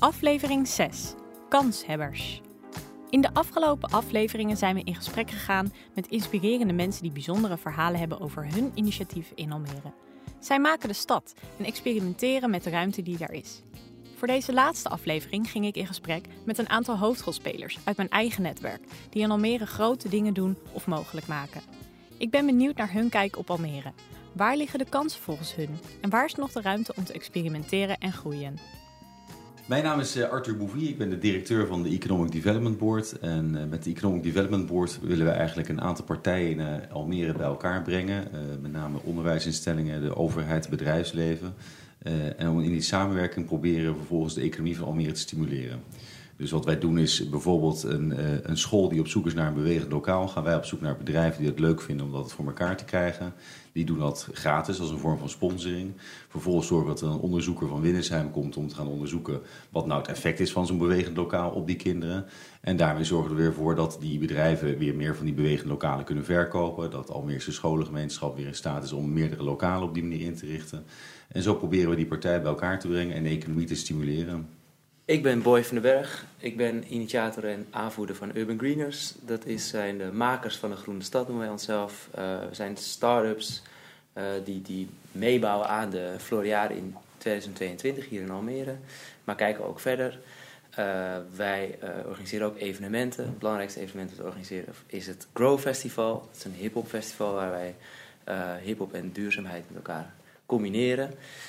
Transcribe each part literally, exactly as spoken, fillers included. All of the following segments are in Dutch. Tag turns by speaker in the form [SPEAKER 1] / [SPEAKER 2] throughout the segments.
[SPEAKER 1] Aflevering zes. Kanshebbers. In de afgelopen afleveringen zijn we in gesprek gegaan met inspirerende mensen die bijzondere verhalen hebben over hun initiatief in Almere. Zij maken de stad en experimenteren met de ruimte die daar is. Voor deze laatste aflevering ging ik in gesprek met een aantal hoofdrolspelers uit mijn eigen netwerk, die in Almere grote dingen doen of mogelijk maken. Ik ben benieuwd naar hun kijk op Almere. Waar liggen de kansen volgens hun? En waar is nog de ruimte om te experimenteren en groeien?
[SPEAKER 2] Mijn naam is Arthur Bouvie, ik ben de directeur van de Economic Development Board. En met de Economic Development Board willen we eigenlijk een aantal partijen in Almere bij elkaar brengen. Met name onderwijsinstellingen, de overheid, het bedrijfsleven. En om in die samenwerking proberen we vervolgens de economie van Almere te stimuleren. Dus wat wij doen is bijvoorbeeld een, een school die op zoek is naar een bewegend lokaal. Gaan wij op zoek naar bedrijven die het leuk vinden om dat voor elkaar te krijgen. Die doen dat gratis als een vorm van sponsoring. Vervolgens zorgen we dat er een onderzoeker van Winnesheim komt om te gaan onderzoeken wat nou het effect is van zo'n bewegend lokaal op die kinderen. En daarmee zorgen we er weer voor dat die bedrijven weer meer van die bewegende lokalen kunnen verkopen. Dat de Almeerse scholengemeenschap weer in staat is om meerdere lokalen op die manier in te richten. En zo proberen we die partijen bij elkaar te brengen en de economie te stimuleren.
[SPEAKER 3] Ik ben Boy van den Berg. Ik ben initiator en aanvoerder van Urban Greeners. Dat is, zijn de makers van de Groene Stad, noemen wij onszelf. Uh, we zijn start-ups uh, die, die meebouwen aan de Floriade in tweeduizend tweeëntwintig hier in Almere. Maar kijken ook verder. Uh, wij uh, organiseren ook evenementen. Het belangrijkste evenement dat we organiseren is het Grow Festival. Dat is een hip-hop festival waar wij uh, hip-hop en duurzaamheid met elkaar combineren.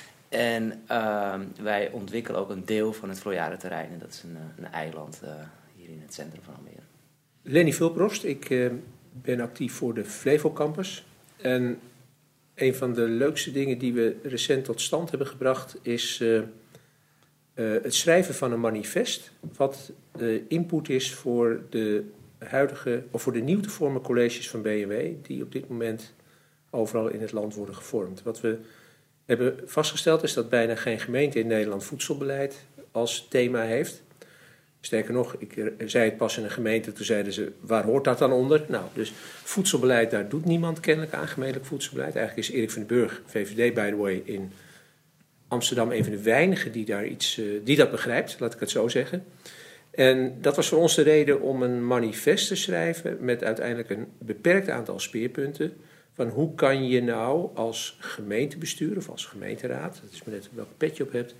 [SPEAKER 3] En uh, wij ontwikkelen ook een deel van het Floriade-terrein. En dat is een, een eiland uh, hier in het centrum van Almere.
[SPEAKER 4] Lenny Vulprost, ik uh, ben actief voor de Flevo Campus. En een van de leukste dingen die we recent tot stand hebben gebracht is uh, uh, het schrijven van een manifest. Wat de input is voor de huidige, of voor de nieuw te vormen colleges van B M W, die op dit moment overal in het land worden gevormd. Wat we hebben vastgesteld is dat bijna geen gemeente in Nederland voedselbeleid als thema heeft. Sterker nog, ik zei het pas in een gemeente, toen zeiden ze, waar hoort dat dan onder? Nou, dus voedselbeleid, daar doet niemand kennelijk aan, gemeentelijk voedselbeleid. Eigenlijk is Erik van den Burg, V V D by the way, in Amsterdam een van de weinigen die, daar iets, uh, die dat begrijpt, laat ik het zo zeggen. En dat was voor ons de reden om een manifest te schrijven met uiteindelijk een beperkt aantal speerpunten. Van hoe kan je nou als gemeentebestuur of als gemeenteraad, dat is maar net welke pet je op hebt,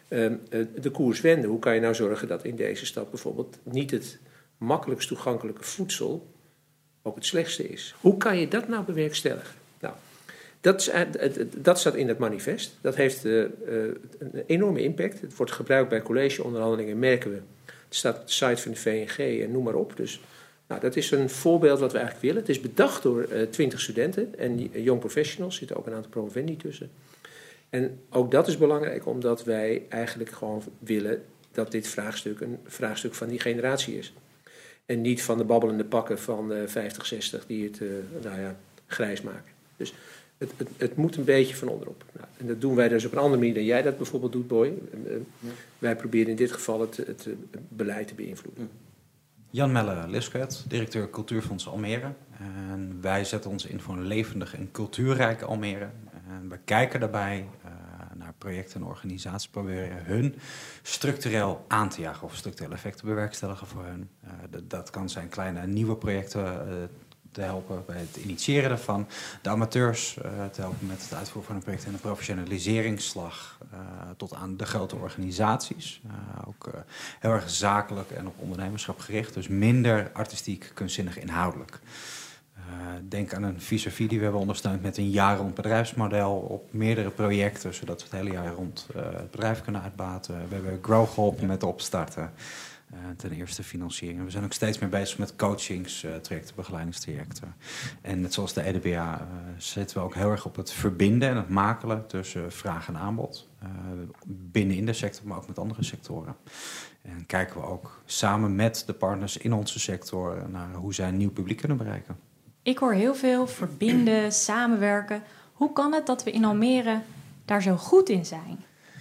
[SPEAKER 4] de koers wenden. Hoe kan je nou zorgen dat in deze stad bijvoorbeeld niet het makkelijkst toegankelijke voedsel ook het slechtste is? Hoe kan je dat nou bewerkstelligen? Nou, dat, is, dat staat in het manifest. Dat heeft uh, een enorme impact. Het wordt gebruikt bij collegeonderhandelingen, merken we. Het staat op de site van de V N G en noem maar op. Dus nou, dat is een voorbeeld wat we eigenlijk willen. Het is bedacht door twintig uh, studenten en young professionals. Er zitten ook een aantal promovendi tussen. En ook dat is belangrijk, omdat wij eigenlijk gewoon willen dat dit vraagstuk een vraagstuk van die generatie is. En niet van de babbelende pakken van uh, vijftig, zestig die het uh, nou ja, grijs maken. Dus het, het, het moet een beetje van onderop. Nou, en dat doen wij dus op een andere manier dan jij dat bijvoorbeeld doet, Boy. Uh, ja. Wij proberen in dit geval het, het, het beleid te beïnvloeden.
[SPEAKER 5] Jan Melle Liskert, directeur Cultuurfonds Almere. En wij zetten ons in voor een levendig en cultuurrijk Almere. En we kijken daarbij uh, naar projecten en organisaties, proberen hun structureel aan te jagen of structurele effecten bewerkstelligen voor hun. Uh, dat, dat kan zijn kleine nieuwe projecten uh, te helpen bij het initiëren daarvan. De amateurs uh, te helpen met het uitvoeren van een project en de professionaliseringsslag uh, tot aan de grote organisaties. Uh, ook uh, heel erg zakelijk en op ondernemerschap gericht. Dus minder artistiek, kunstzinnig, inhoudelijk. Uh, denk aan een vis-à-vis die we hebben ondersteund met een jaar rond bedrijfsmodel op meerdere projecten, zodat we het hele jaar rond uh, het bedrijf kunnen uitbaten. We hebben Grow geholpen met opstarten. Uh, ten eerste financiering. We zijn ook steeds meer bezig met coachingstrajecten, uh, begeleidingstrajecten. En net zoals de E D B A uh, zitten we ook heel erg op het verbinden en het makelen tussen vraag en aanbod. Uh, binnen in de sector, maar ook met andere sectoren. En kijken we ook samen met de partners in onze sector naar hoe zij een nieuw publiek kunnen bereiken.
[SPEAKER 1] Ik hoor heel veel verbinden, samenwerken. Hoe kan het dat we in Almere daar zo goed in zijn?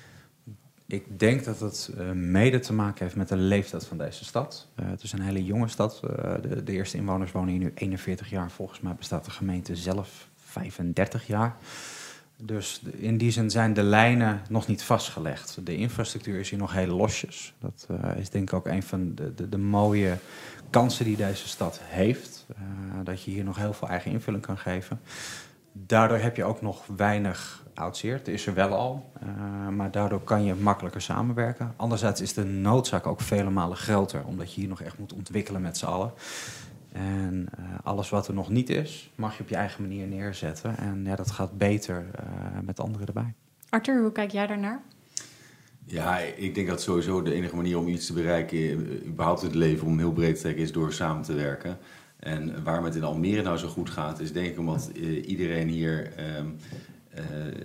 [SPEAKER 5] Ik denk dat het uh, mede te maken heeft met de leeftijd van deze stad. Uh, het is een hele jonge stad. Uh, de, de eerste inwoners wonen hier nu eenenveertig jaar. Volgens mij bestaat de gemeente zelf vijfendertig jaar. Dus in die zin zijn de lijnen nog niet vastgelegd. De infrastructuur is hier nog heel losjes. Dat uh, is denk ik ook een van de, de, de mooie kansen die deze stad heeft. Uh, dat je hier nog heel veel eigen invulling kan geven. Daardoor heb je ook nog weinig outzeer. Het is er wel al, uh, maar daardoor kan je makkelijker samenwerken. Anderzijds is de noodzaak ook vele malen groter, omdat je hier nog echt moet ontwikkelen met z'n allen. En uh, alles wat er nog niet is, mag je op je eigen manier neerzetten. En ja, dat gaat beter uh, met anderen erbij.
[SPEAKER 1] Arthur, hoe kijk jij daarnaar?
[SPEAKER 2] Ja, ik denk dat sowieso de enige manier om iets te bereiken, überhaupt het leven, om heel breed te trekken, is door samen te werken. En waarom het in Almere nou zo goed gaat, is denk ik omdat uh, iedereen hier um, uh,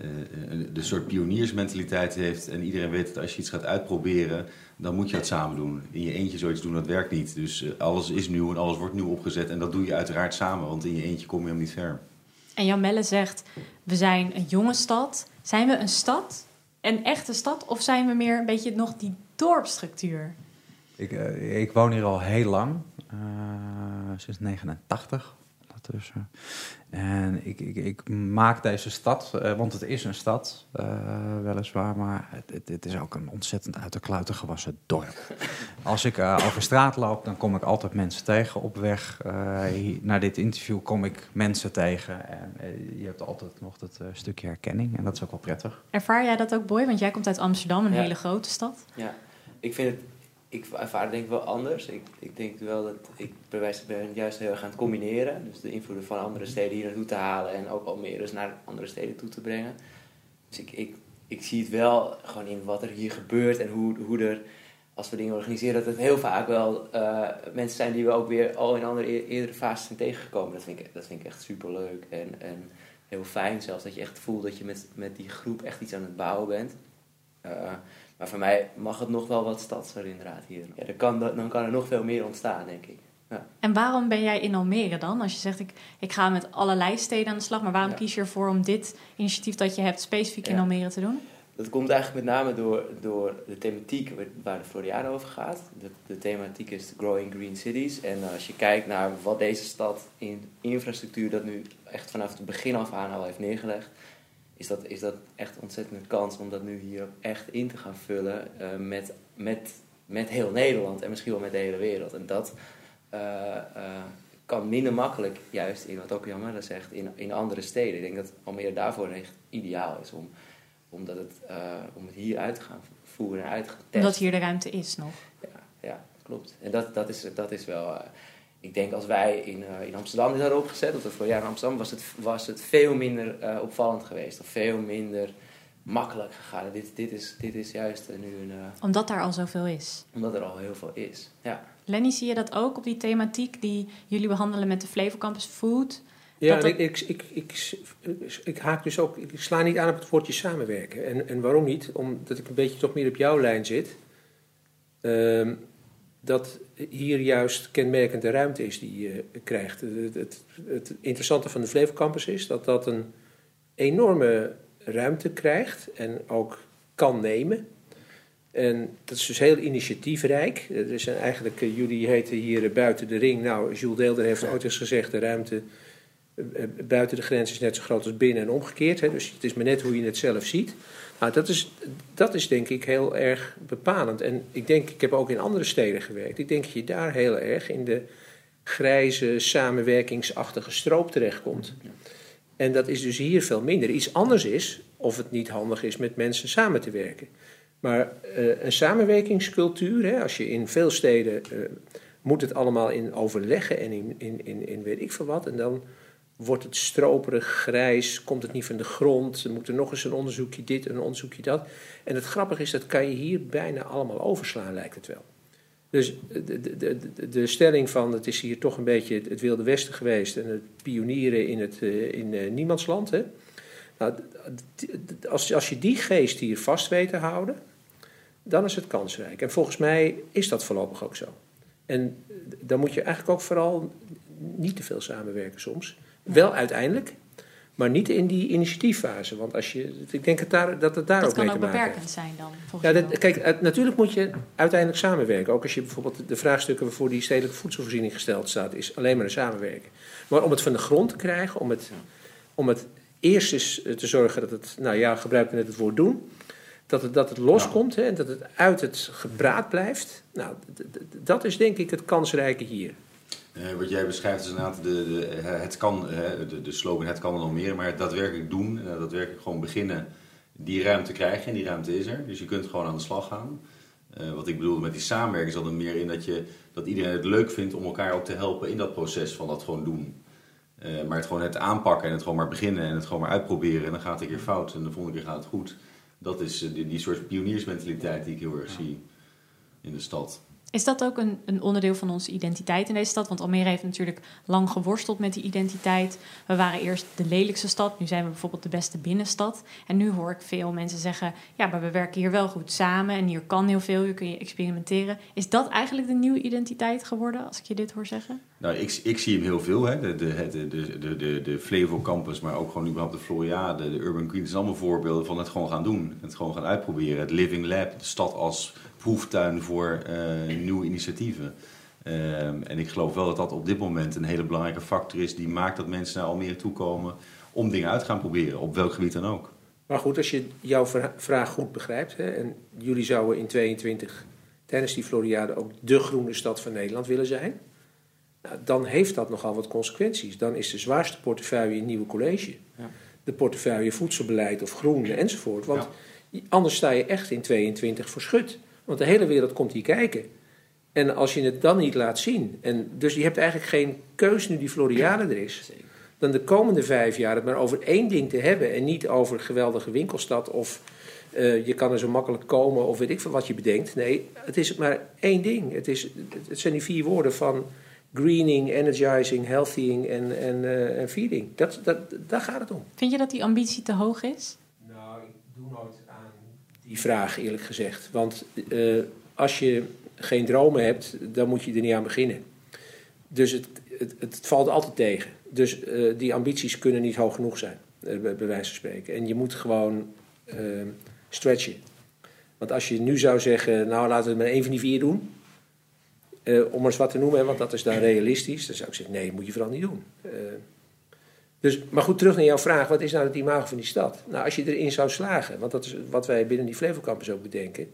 [SPEAKER 2] uh, de soort pioniersmentaliteit heeft. En iedereen weet dat als je iets gaat uitproberen, dan moet je dat samen doen. In je eentje zoiets doen, dat werkt niet. Dus uh, alles is nieuw en alles wordt nieuw opgezet. En dat doe je uiteraard samen, want in je eentje kom je hem niet ver.
[SPEAKER 1] En Jan Melle zegt, we zijn een jonge stad. Zijn we een stad? Een echte stad? Of zijn we meer een beetje nog die dorpsstructuur?
[SPEAKER 5] Ik, uh, ik woon hier al heel lang. Uh, sinds negenentachtig. Dus, uh, en ik, ik, ik maak deze stad, uh, want het is een stad, uh, weliswaar, maar het, het, het is ook een ontzettend uit de kluiten gewassen dorp. Als ik uh, over straat loop, dan kom ik altijd mensen tegen op weg. Uh, hier, naar dit interview kom ik mensen tegen en uh, je hebt altijd nog dat uh, stukje herkenning en dat is ook wel prettig.
[SPEAKER 1] Ervaar jij dat ook, Boy? Want jij komt uit Amsterdam, een
[SPEAKER 3] ja.
[SPEAKER 1] hele grote stad.
[SPEAKER 3] Ja, ik vind het... Ik ervaar het denk ik wel anders. Ik, ik denk wel dat ik bij wijze ben juist heel erg aan het combineren. Dus de invloeden van andere steden hier naartoe te halen en ook Almere dus naar andere steden toe te brengen. Dus ik, ik, ik zie het wel gewoon in wat er hier gebeurt en hoe, hoe er, als we dingen organiseren, dat het heel vaak wel uh, mensen zijn die we ook weer al in andere e- eerdere fases zijn tegengekomen. Dat vind ik, dat vind ik echt superleuk en, en heel fijn zelfs. Dat je echt voelt dat je met, met die groep echt iets aan het bouwen bent. Uh, Maar voor mij mag het nog wel wat stadser inderdaad hier. Ja, dan, kan, dan kan er nog veel meer ontstaan, denk ik. Ja.
[SPEAKER 1] En waarom ben jij in Almere dan? Als je zegt, ik, ik ga met allerlei steden aan de slag. Maar waarom
[SPEAKER 3] Ja.
[SPEAKER 1] kies je ervoor om dit initiatief dat je hebt specifiek
[SPEAKER 3] Ja.
[SPEAKER 1] in Almere te doen?
[SPEAKER 3] Dat komt eigenlijk met name door, door de thematiek waar de Floriade over gaat. De, de thematiek is Growing Green Cities. En als je kijkt naar wat deze stad in infrastructuur dat nu echt vanaf het begin af aan al heeft neergelegd, is dat, is dat echt ontzettend een kans om dat nu hier ook echt in te gaan vullen uh, met, met, met heel Nederland en misschien wel met de hele wereld. En dat uh, uh, kan minder makkelijk, juist in wat ook Jan Melle zegt, in, in andere steden. Ik denk dat Almere daarvoor echt ideaal is om, omdat het, uh, om het hier uit te gaan voeren en uit te gaan testen.
[SPEAKER 1] Omdat hier de ruimte is nog.
[SPEAKER 3] Ja, ja klopt. En dat, dat, is, dat is wel... Uh, ik denk als wij in, uh, in Amsterdam dit hadden opgezet, of de Floriade in Amsterdam, was het, was het veel minder uh, opvallend geweest. Of veel minder makkelijk gegaan. Dit, dit, is, dit is juist uh, nu een... Uh,
[SPEAKER 1] Omdat daar al zoveel is.
[SPEAKER 3] Omdat er al heel veel is, ja.
[SPEAKER 1] Lenny, zie je dat ook op die thematiek die jullie behandelen met de Flevo Campus Food?
[SPEAKER 4] Ja,
[SPEAKER 1] dat
[SPEAKER 4] ik, ik, ik, ik, ik, ik haak dus ook, ik sla niet aan op het woordje samenwerken. En, en waarom niet? Omdat ik een beetje toch meer op jouw lijn zit. Um, dat hier juist kenmerkende ruimte is die je krijgt. Het, het, het interessante van de Flevo Campus is dat dat een enorme ruimte krijgt en ook kan nemen. En dat is dus heel initiatiefrijk. Er zijn eigenlijk, uh, jullie heten hier uh, buiten de ring. Nou, Jules Deelder heeft ooit eens gezegd, de ruimte uh, buiten de grens is net zo groot als binnen en omgekeerd. Hè? Dus het is maar net hoe je het zelf ziet. Nou, dat is, dat is denk ik heel erg bepalend. En ik denk, ik heb ook in andere steden gewerkt. Ik denk dat je daar heel erg in de grijze, samenwerkingsachtige stroop terechtkomt. En dat is dus hier veel minder. Iets anders is of het niet handig is met mensen samen te werken. Maar uh, een samenwerkingscultuur, hè, als je in veel steden uh, moet het allemaal in overleggen en in, in, in, in weet ik veel wat. En dan wordt het stroperig, grijs, komt het niet van de grond. Er moet er nog eens een onderzoekje dit, een onderzoekje dat. En het grappige is, dat kan je hier bijna allemaal overslaan, lijkt het wel. Dus de, de, de, de stelling van het is hier toch een beetje het Wilde Westen geweest en het pionieren in, het, in uh, niemandsland. Hè? Nou, als, als je die geest hier vast weet te houden, dan is het kansrijk. En volgens mij is dat voorlopig ook zo. En dan moet je eigenlijk ook vooral niet te veel samenwerken soms. Wel uiteindelijk, maar niet in die initiatieffase. Want als je, ik denk dat, daar, dat het daar
[SPEAKER 1] dat
[SPEAKER 4] ook mee te maken heeft.
[SPEAKER 1] Dat kan ook beperkend zijn dan, volgens
[SPEAKER 4] Ja,
[SPEAKER 1] jou.
[SPEAKER 4] dat, kijk, natuurlijk moet je uiteindelijk samenwerken. Ook als je bijvoorbeeld de vraagstukken waarvoor die stedelijke voedselvoorziening gesteld staat, is alleen maar een samenwerken. Maar om het van de grond te krijgen, om het, om het eerst is te zorgen dat het, nou ja, gebruiken net het woord doen, dat het, dat het loskomt ja. hè, en dat het uit het gepraat blijft. Nou, d- d- dat is denk ik het kansrijke hier.
[SPEAKER 2] Uh, wat jij beschrijft is inderdaad de, de, het kan, de, de slogan het kan en Almere, maar het daadwerkelijk doen, uh, daadwerkelijk gewoon beginnen, die ruimte krijg je en die ruimte is er. Dus je kunt gewoon aan de slag gaan. Uh, wat ik bedoelde met die samenwerking is dan meer in dat, je, dat iedereen het leuk vindt om elkaar ook te helpen in dat proces van dat gewoon doen. Uh, maar het gewoon het aanpakken en het gewoon maar beginnen en het gewoon maar uitproberen en dan gaat het een keer fout en de volgende keer gaat het goed. Dat is uh, die, die soort pioniersmentaliteit die ik heel erg ja. zie in de stad.
[SPEAKER 1] Is dat ook een, een onderdeel van onze identiteit in deze stad? Want Almere heeft natuurlijk lang geworsteld met die identiteit. We waren eerst de lelijkste stad, nu zijn we bijvoorbeeld de beste binnenstad. En nu hoor ik veel mensen zeggen, ja, maar we werken hier wel goed samen en hier kan heel veel, hier kun je experimenteren. Is dat eigenlijk de nieuwe identiteit geworden, als ik je dit hoor zeggen?
[SPEAKER 2] Nou, ik, ik zie hem heel veel, hè. De, de, de, de, de, de, de Flevo Campus, maar ook gewoon überhaupt de Floriade, de Urban Green, dat zijn allemaal voorbeelden van het gewoon gaan doen. Het gewoon gaan uitproberen. Het Living Lab, de stad als proeftuin voor uh, nieuwe initiatieven. Um, en ik geloof wel dat dat op dit moment een hele belangrijke factor is die maakt dat mensen naar Almere toe komen om dingen uit te gaan proberen, op welk gebied dan ook.
[SPEAKER 4] Maar goed, als je jouw vraag goed begrijpt, hè, en jullie zouden in tweeëntwintig tijdens die Floriade ook de groene stad van Nederland willen zijn, nou, dan heeft dat nogal wat consequenties. Dan is de zwaarste portefeuille een nieuwe college. Ja. De portefeuille voedselbeleid of groen enzovoort. Want ja. anders sta je echt in tweeëntwintig voor schut. Want de hele wereld komt hier kijken. En als je het dan niet laat zien. En dus je hebt eigenlijk geen keus nu die Floriade er is. Dan de komende vijf jaar het maar over één ding te hebben. En niet over geweldige winkelstad. Of uh, je kan er zo makkelijk komen. Of weet ik veel wat je bedenkt. Nee, het is maar één ding. Het, is, het zijn die vier woorden van greening, energizing, healthying en, en, uh, en feeding. Dat, dat, daar gaat het om.
[SPEAKER 1] Vind je dat die ambitie te hoog is?
[SPEAKER 4] Nou, ik doe nooit aan die vraag eerlijk gezegd. Want uh, als je geen dromen hebt, dan moet je er niet aan beginnen. Dus het, het, het valt altijd tegen. Dus uh, die ambities kunnen niet hoog genoeg zijn, uh, bij wijze van spreken. En je moet gewoon uh, stretchen. Want als je nu zou zeggen, nou laten we het maar één van die vier doen. Uh, om maar eens wat te noemen, hè, want dat is dan realistisch. Dan zou ik zeggen, nee, dat moet je vooral niet doen. Uh, dus, maar goed, terug naar jouw vraag. Wat is nou het imago van die stad? Nou, als je erin zou slagen, want dat is wat wij binnen die Flevo Campus ook bedenken.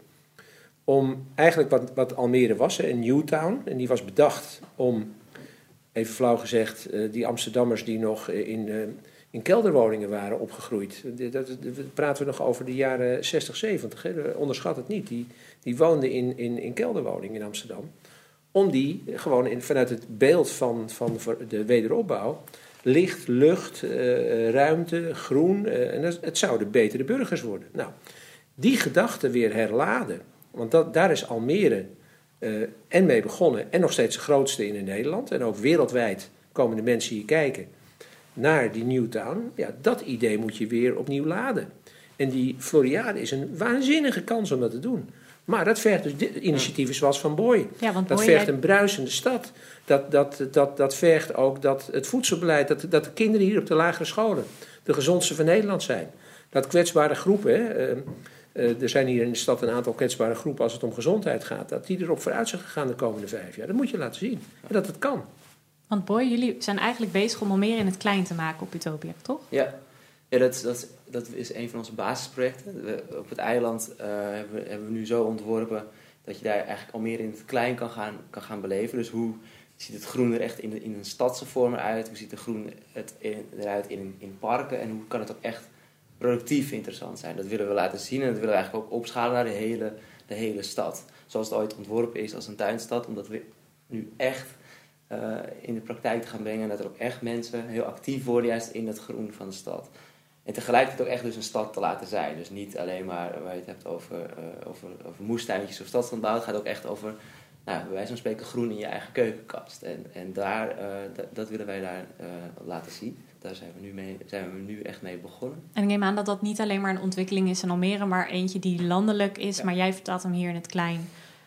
[SPEAKER 4] Om eigenlijk wat, wat Almere was, hè, een Newtown. En die was bedacht om, even flauw gezegd, uh, die Amsterdammers die nog in, uh, in kelderwoningen waren opgegroeid. Dat, dat, dat praten we nog over de jaren zestig, zeventig. Hè. Onderschat het niet. Die, die woonden in, in, in kelderwoningen in Amsterdam. Om die gewoon in, vanuit het beeld van, van de wederopbouw, licht, lucht, uh, ruimte, groen, uh, en dat, het zouden betere burgers worden. Nou, die gedachte weer herladen, want dat, daar is Almere uh, en mee begonnen en nog steeds de grootste in Nederland. En ook wereldwijd komen de mensen hier kijken naar die Newtown. Ja, dat idee moet je weer opnieuw laden. En die Floriade is een waanzinnige kans om dat te doen. Maar dat vergt dus initiatieven zoals Van Boy.
[SPEAKER 1] Ja, want
[SPEAKER 4] dat
[SPEAKER 1] Boy,
[SPEAKER 4] vergt
[SPEAKER 1] jij...
[SPEAKER 4] een bruisende stad. Dat, dat, dat, dat vergt ook dat het voedselbeleid, dat, dat de kinderen hier op de lagere scholen de gezondste van Nederland zijn. Dat kwetsbare groepen, hè, uh, uh, er zijn hier in de stad een aantal kwetsbare groepen als het om gezondheid gaat, dat die erop vooruit zijn gegaan de komende vijf jaar. Dat moet je laten zien. En dat het kan.
[SPEAKER 1] Want Boy, jullie zijn eigenlijk bezig om Almere in het klein te maken op Utopia, toch?
[SPEAKER 3] Ja. Ja, dat, dat, dat is een van onze basisprojecten. We, op het eiland uh, hebben, we, hebben we nu zo ontworpen dat je daar eigenlijk Almere in het klein kan gaan, kan gaan beleven. Dus hoe ziet het groen er echt in, de, in een stadse vorm eruit? Hoe ziet het groen het in, eruit in, in parken? En hoe kan het ook echt productief interessant zijn? Dat willen we laten zien en dat willen we eigenlijk ook opschalen naar de hele, de hele stad. Zoals het ooit ontworpen is als een tuinstad, omdat we nu echt uh, in de praktijk te gaan brengen en dat er ook echt mensen heel actief worden juist in het groen van de stad. En tegelijkertijd ook echt dus een stad te laten zijn. Dus niet alleen maar waar je het hebt over, uh, over, over moestuintjes of stadslandbouw. Het gaat ook echt over, nou, bij wijze van spreken, groen in je eigen keukenkast. En, en daar, uh, d- dat willen wij daar uh, laten zien. Daar zijn we, nu mee, zijn we nu echt mee begonnen.
[SPEAKER 1] En ik neem aan dat dat niet alleen maar een ontwikkeling is in Almere, maar eentje die landelijk is. Ja. Maar jij vertaalt hem hier in het klein,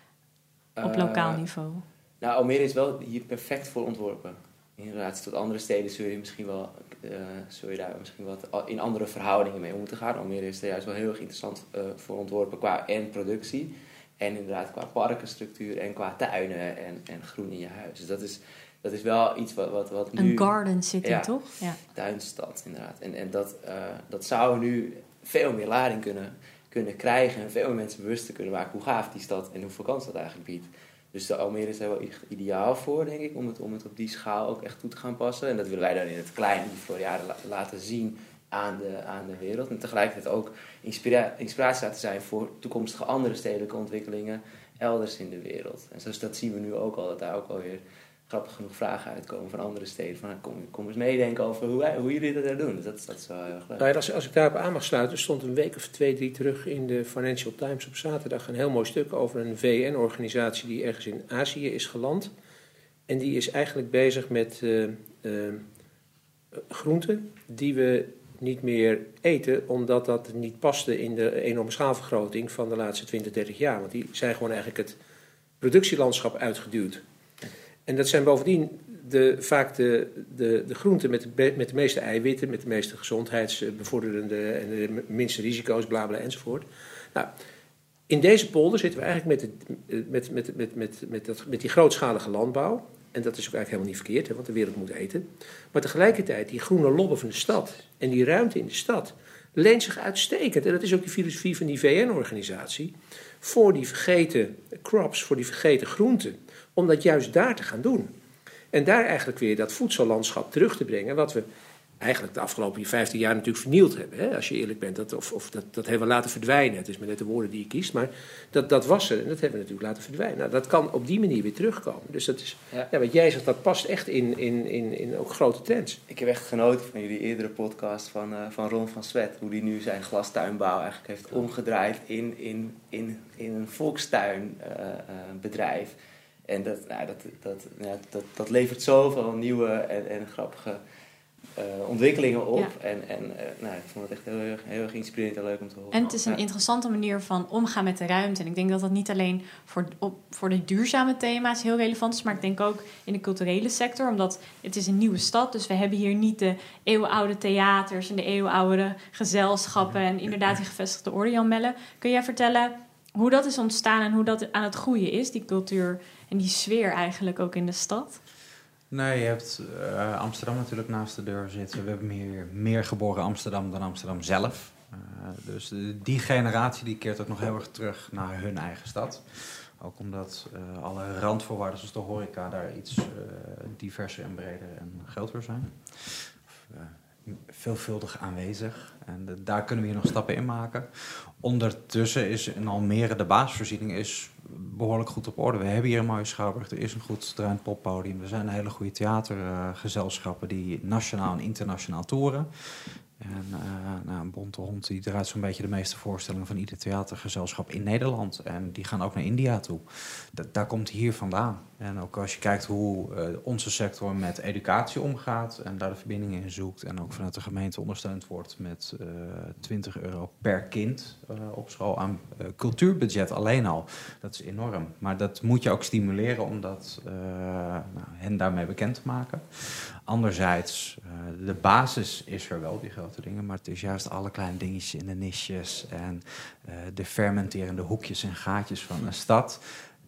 [SPEAKER 1] op uh, lokaal niveau.
[SPEAKER 3] Nou, Almere is wel hier perfect voor ontworpen. In relatie tot andere steden zul je misschien wel, uh, zul je daar misschien wat in andere verhoudingen mee om moeten gaan. Almere is er juist wel heel erg interessant uh, voor ontworpen qua en productie. En inderdaad qua parkenstructuur en qua tuinen en, en groen in je huis. Dus dat is, dat is wel iets wat, wat, wat nu...
[SPEAKER 1] Een garden city,
[SPEAKER 3] ja,
[SPEAKER 1] toch? Ja,
[SPEAKER 3] tuinstad inderdaad. En, en dat, uh, dat zou nu veel meer lading kunnen, kunnen krijgen en veel meer mensen bewust te kunnen maken hoe gaaf die stad en hoeveel kans dat eigenlijk biedt. Dus de Almere is er wel ideaal voor, denk ik, om het, om het op die schaal ook echt toe te gaan passen. En dat willen wij dan in het kleine, die Floriade, la- laten zien aan de, aan de wereld. En tegelijkertijd ook inspira- inspiratie laten zijn voor toekomstige andere stedelijke ontwikkelingen elders in de wereld. En zoals dat zien we nu ook al, dat daar ook alweer grappig genoeg vragen uitkomen van andere steden. Van, kom, kom eens meedenken over hoe, hoe jullie dat daar doen. Dus dat, dat is wel heel erg leuk.
[SPEAKER 4] Nou ja, als, als ik daarop aan mag sluiten, stond een week of twee, drie terug in de Financial Times op zaterdag een heel mooi stuk over een V N-organisatie die ergens in Azië is geland. En die is eigenlijk bezig met uh, uh, groenten die we niet meer eten, omdat dat niet paste in de enorme schaalvergroting van de laatste twintig, dertig jaar. Want die zijn gewoon eigenlijk het productielandschap uitgeduwd. En dat zijn bovendien de, vaak de, de, de groenten met de, met de meeste eiwitten, met de meeste gezondheidsbevorderende en de minste risico's, bla bla enzovoort. Nou, in deze polder zitten we eigenlijk met, het, met, met, met, met, met, dat, met die grootschalige landbouw. En dat is ook eigenlijk helemaal niet verkeerd, hè, want de wereld moet eten. Maar tegelijkertijd, die groene lobben van de stad en die ruimte in de stad leent zich uitstekend. En dat is ook de filosofie van die V N-organisatie. Voor die vergeten crops, voor die vergeten groenten. Om dat juist daar te gaan doen. En daar eigenlijk weer dat voedsellandschap terug te brengen. Wat we eigenlijk de afgelopen vijftien jaar natuurlijk vernield hebben. Hè, als je eerlijk bent. Dat, of of dat, dat hebben we laten verdwijnen. Het is maar net de woorden die je kiest. Maar dat, dat was er en dat hebben we natuurlijk laten verdwijnen. Nou, dat kan op die manier weer terugkomen. Dus dat is, ja. Ja, wat jij zegt, dat past echt in, in, in, in ook grote trends.
[SPEAKER 3] Ik heb echt genoten van jullie eerdere podcast van, uh, van Ron van Swet. Hoe die nu zijn glastuinbouw eigenlijk heeft omgedraaid in, in, in, in een volkstuinbedrijf. Uh, uh, en dat, nou, dat, dat, ja, dat, dat levert zoveel nieuwe en, en grappige uh, ontwikkelingen op. Ja. En, en uh, nou, ik vond het echt heel erg, heel erg inspirerend en leuk om te horen.
[SPEAKER 1] En het is een ja. interessante manier van omgaan met de ruimte. En ik denk dat dat niet alleen voor, op, voor de duurzame thema's heel relevant is, maar ik denk ook in de culturele sector. Omdat het is een nieuwe stad, dus we hebben hier niet de eeuwenoude theaters en de eeuwenoude gezelschappen en inderdaad die gevestigde orde. Jan Melle, kun jij vertellen hoe dat is ontstaan en hoe dat aan het groeien is, die cultuur en die sfeer eigenlijk ook in de stad?
[SPEAKER 5] Nee, je hebt uh, Amsterdam natuurlijk naast de deur zitten. We hebben hier meer geboren Amsterdam dan Amsterdam zelf. Uh, dus de, die generatie die keert ook nog heel erg terug naar hun eigen stad. Ook omdat uh, alle randvoorwaarden zoals de horeca daar iets uh, diverser en breder en groter zijn. Uh, veelvuldig aanwezig. En de, daar kunnen we hier nog stappen in maken. Ondertussen is in Almere de basisvoorziening is behoorlijk goed op orde. We hebben hier een mooie schouwburg. Er is een goed draaiend poppodium. Er zijn hele goede theatergezelschappen uh, die nationaal en internationaal toeren. En uh, nou, een Bonte Hond die draait zo'n beetje de meeste voorstellingen van ieder theatergezelschap in Nederland. En die gaan ook naar India toe. Dat, daar komt hier vandaan. En ook als je kijkt hoe uh, onze sector met educatie omgaat en daar de verbindingen in zoekt en ook vanuit de gemeente ondersteund wordt met uh, twintig euro per kind uh, op school aan uh, cultuurbudget alleen al. Dat is enorm. Maar dat moet je ook stimuleren om dat, uh, nou, hen daarmee bekend te maken. Anderzijds, uh, de basis is er wel, die grote dingen, maar het is juist alle kleine dingetjes in de niches en uh, de fermenterende hoekjes en gaatjes van een stad.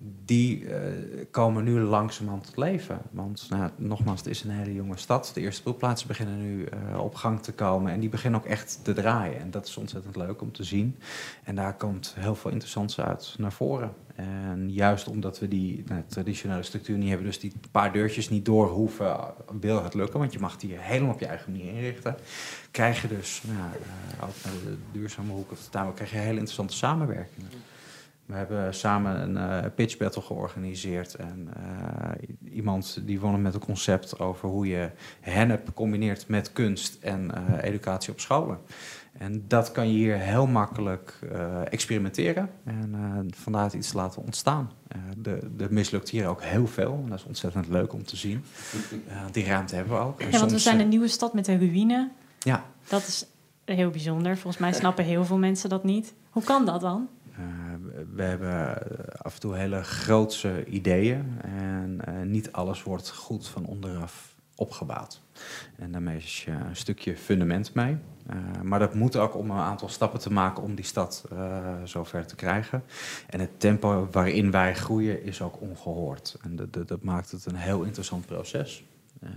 [SPEAKER 5] Die uh, komen nu langzamerhand tot leven. Want nou, nogmaals, het is een hele jonge stad. De eerste speelplaatsen beginnen nu uh, op gang te komen. En die beginnen ook echt te draaien. En dat is ontzettend leuk om te zien. En daar komt heel veel interessants uit naar voren. En juist omdat we die nou, traditionele structuur niet hebben, dus die paar deurtjes niet door hoeven, wil het lukken. Want je mag die helemaal op je eigen manier inrichten. Krijg je dus, nou, uh, ook naar de duurzame hoek of de tuin, krijg je hele interessante samenwerkingen. We hebben samen een uh, pitch battle georganiseerd. En uh, iemand die won met een concept over hoe je hennep combineert met kunst en uh, educatie op scholen. En dat kan je hier heel makkelijk uh, experimenteren. En uh, vandaar het iets laten ontstaan. Uh, de, de mislukt hier ook heel veel. En dat is ontzettend leuk om te zien. Uh, die ruimte hebben we ook. En
[SPEAKER 1] ja, want
[SPEAKER 5] soms,
[SPEAKER 1] we zijn een nieuwe stad met een ruïne.
[SPEAKER 5] Ja.
[SPEAKER 1] Dat is heel bijzonder. Volgens mij snappen heel veel mensen dat niet. Hoe kan dat dan?
[SPEAKER 5] Uh, we hebben af en toe hele grootse ideeën en uh, niet alles wordt goed van onderaf opgebouwd. En daarmee is je een stukje fundament mee. Uh, maar dat moet ook om een aantal stappen te maken om die stad uh, zover te krijgen. En het tempo waarin wij groeien is ook ongehoord. En dat, dat, dat maakt het een heel interessant proces. Uh,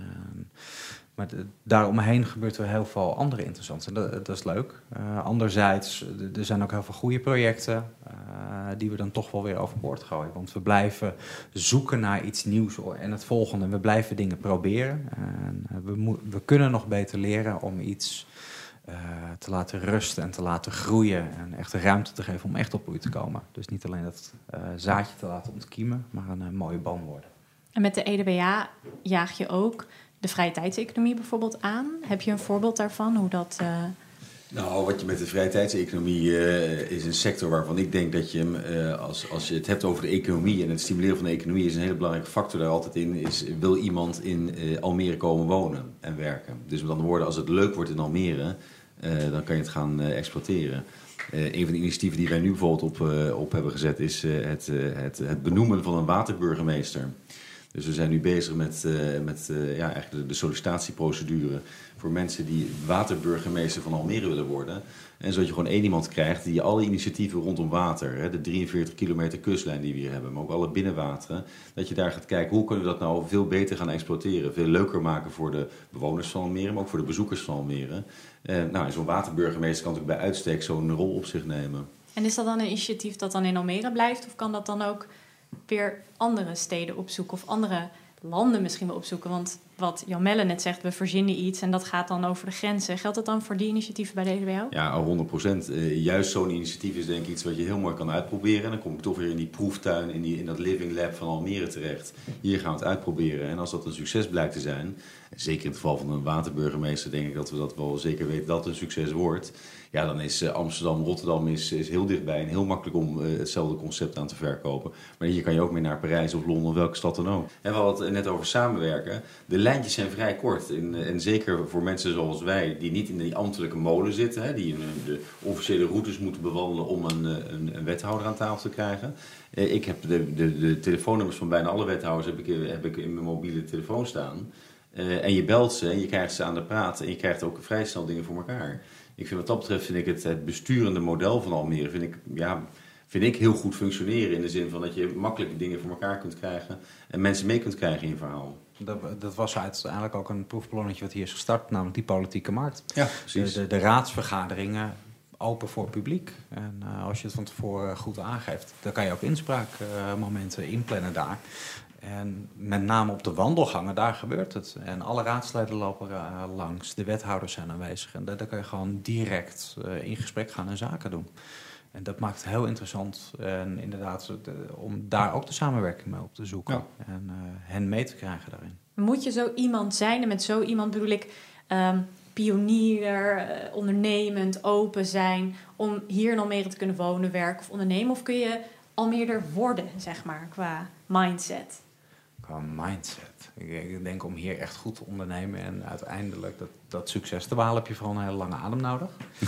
[SPEAKER 5] maar de, daaromheen gebeurt er heel veel andere interessants. En dat, dat is leuk. Uh, anderzijds, er zijn ook heel veel goede projecten uh, die we dan toch wel weer overboord gooien. Want we blijven zoeken naar iets nieuws en het volgende. We blijven dingen proberen. En we, mo- we kunnen nog beter leren om iets uh, te laten rusten en te laten groeien. En echt de ruimte te geven om echt op bloei te komen. Dus niet alleen dat uh, zaadje te laten ontkiemen, maar een uh, mooie boom worden.
[SPEAKER 1] En met de E D W A jaag je ook de vrije tijdseconomie bijvoorbeeld aan. Heb je een voorbeeld daarvan, hoe dat... Uh...
[SPEAKER 2] Nou, wat je met de vrije tijdseconomie uh, is een sector waarvan ik denk dat je hem, uh, als, als je het hebt over de economie en het stimuleren van de economie, is een hele belangrijke factor daar altijd in, is wil iemand in uh, Almere komen wonen en werken. Dus met andere woorden, als het leuk wordt in Almere, uh, dan kan je het gaan uh, exploiteren. Uh, een van de initiatieven die wij nu bijvoorbeeld op, uh, op hebben gezet is uh, het, uh, het, het benoemen van een waterburgemeester. Dus we zijn nu bezig met, uh, met uh, ja, eigenlijk de, de sollicitatieprocedure voor mensen die waterburgemeester van Almere willen worden. En zodat je gewoon één iemand krijgt die alle initiatieven rondom water, hè, de drieënveertig kilometer kustlijn die we hier hebben, maar ook alle binnenwateren, dat je daar gaat kijken hoe kunnen we dat nou veel beter gaan exploiteren. Veel leuker maken voor de bewoners van Almere, maar ook voor de bezoekers van Almere. Uh, nou, zo'n waterburgemeester kan natuurlijk bij uitstek zo'n rol op zich nemen.
[SPEAKER 1] En is dat dan een initiatief dat dan in Almere blijft? Of kan dat dan ook weer andere steden opzoeken of andere landen misschien wel opzoeken? Want wat Jan Melle net zegt, we verzinnen iets en dat gaat dan over de grenzen. Geldt dat dan voor die initiatieven bij de E D W A?
[SPEAKER 2] Ja, honderd procent. Uh, juist zo'n initiatief is denk ik iets wat je heel mooi kan uitproberen. En dan kom ik toch weer in die proeftuin, in, die, in dat living lab van Almere terecht. Hier gaan we het uitproberen. En als dat een succes blijkt te zijn, zeker in het geval van een waterburgemeester, denk ik dat we dat wel zeker weten dat het een succes wordt. Ja, dan is uh, Amsterdam, Rotterdam is, is heel dichtbij en heel makkelijk om uh, hetzelfde concept aan te verkopen. Maar hier kan je ook mee naar Parijs of Londen of welke stad dan ook. En we hadden het net over samenwerken. De lijntjes zijn vrij kort. En, en zeker voor mensen zoals wij, die niet in die ambtelijke molen zitten, hè, die in de officiële routes moeten bewandelen om een, een, een wethouder aan tafel te krijgen. Uh, ik heb de, de, de telefoonnummers van bijna alle wethouders heb ik, heb ik in mijn mobiele telefoon staan. Uh, en je belt ze en je krijgt ze aan de praat en je krijgt ook vrij snel dingen voor elkaar. Ik vind wat dat betreft vind ik het, het besturende model van Almere vind ik, ja, vind ik heel goed functioneren. In de zin van dat je makkelijk dingen voor elkaar kunt krijgen en mensen mee kunt krijgen in je verhaal.
[SPEAKER 5] Dat, dat was uiteindelijk ook een proefballonnetje wat hier is gestart, namelijk die politieke markt.
[SPEAKER 2] Ja, precies.
[SPEAKER 5] De, de, de raadsvergaderingen open voor het publiek. En uh, als je het van tevoren goed aangeeft, dan kan je ook inspraakmomenten uh, inplannen daar. En met name op de wandelgangen, daar gebeurt het. En alle raadsleden lopen uh, langs, de wethouders zijn aanwezig. En daar, daar kan je gewoon direct uh, in gesprek gaan en zaken doen. En dat maakt het heel interessant en inderdaad de, om daar ook de samenwerking mee op te zoeken. Ja. En uh, hen mee te krijgen daarin.
[SPEAKER 1] Moet je zo iemand zijn? En met zo iemand bedoel ik um, pionier, uh, ondernemend, open zijn, om hier in Almere te kunnen wonen, werken of ondernemen? Of kun je Almeerder worden, zeg maar, qua mindset?
[SPEAKER 5] Qua mindset. Ik, ik denk om hier echt goed te ondernemen en uiteindelijk dat, dat succes te behalen heb je vooral een hele lange adem nodig.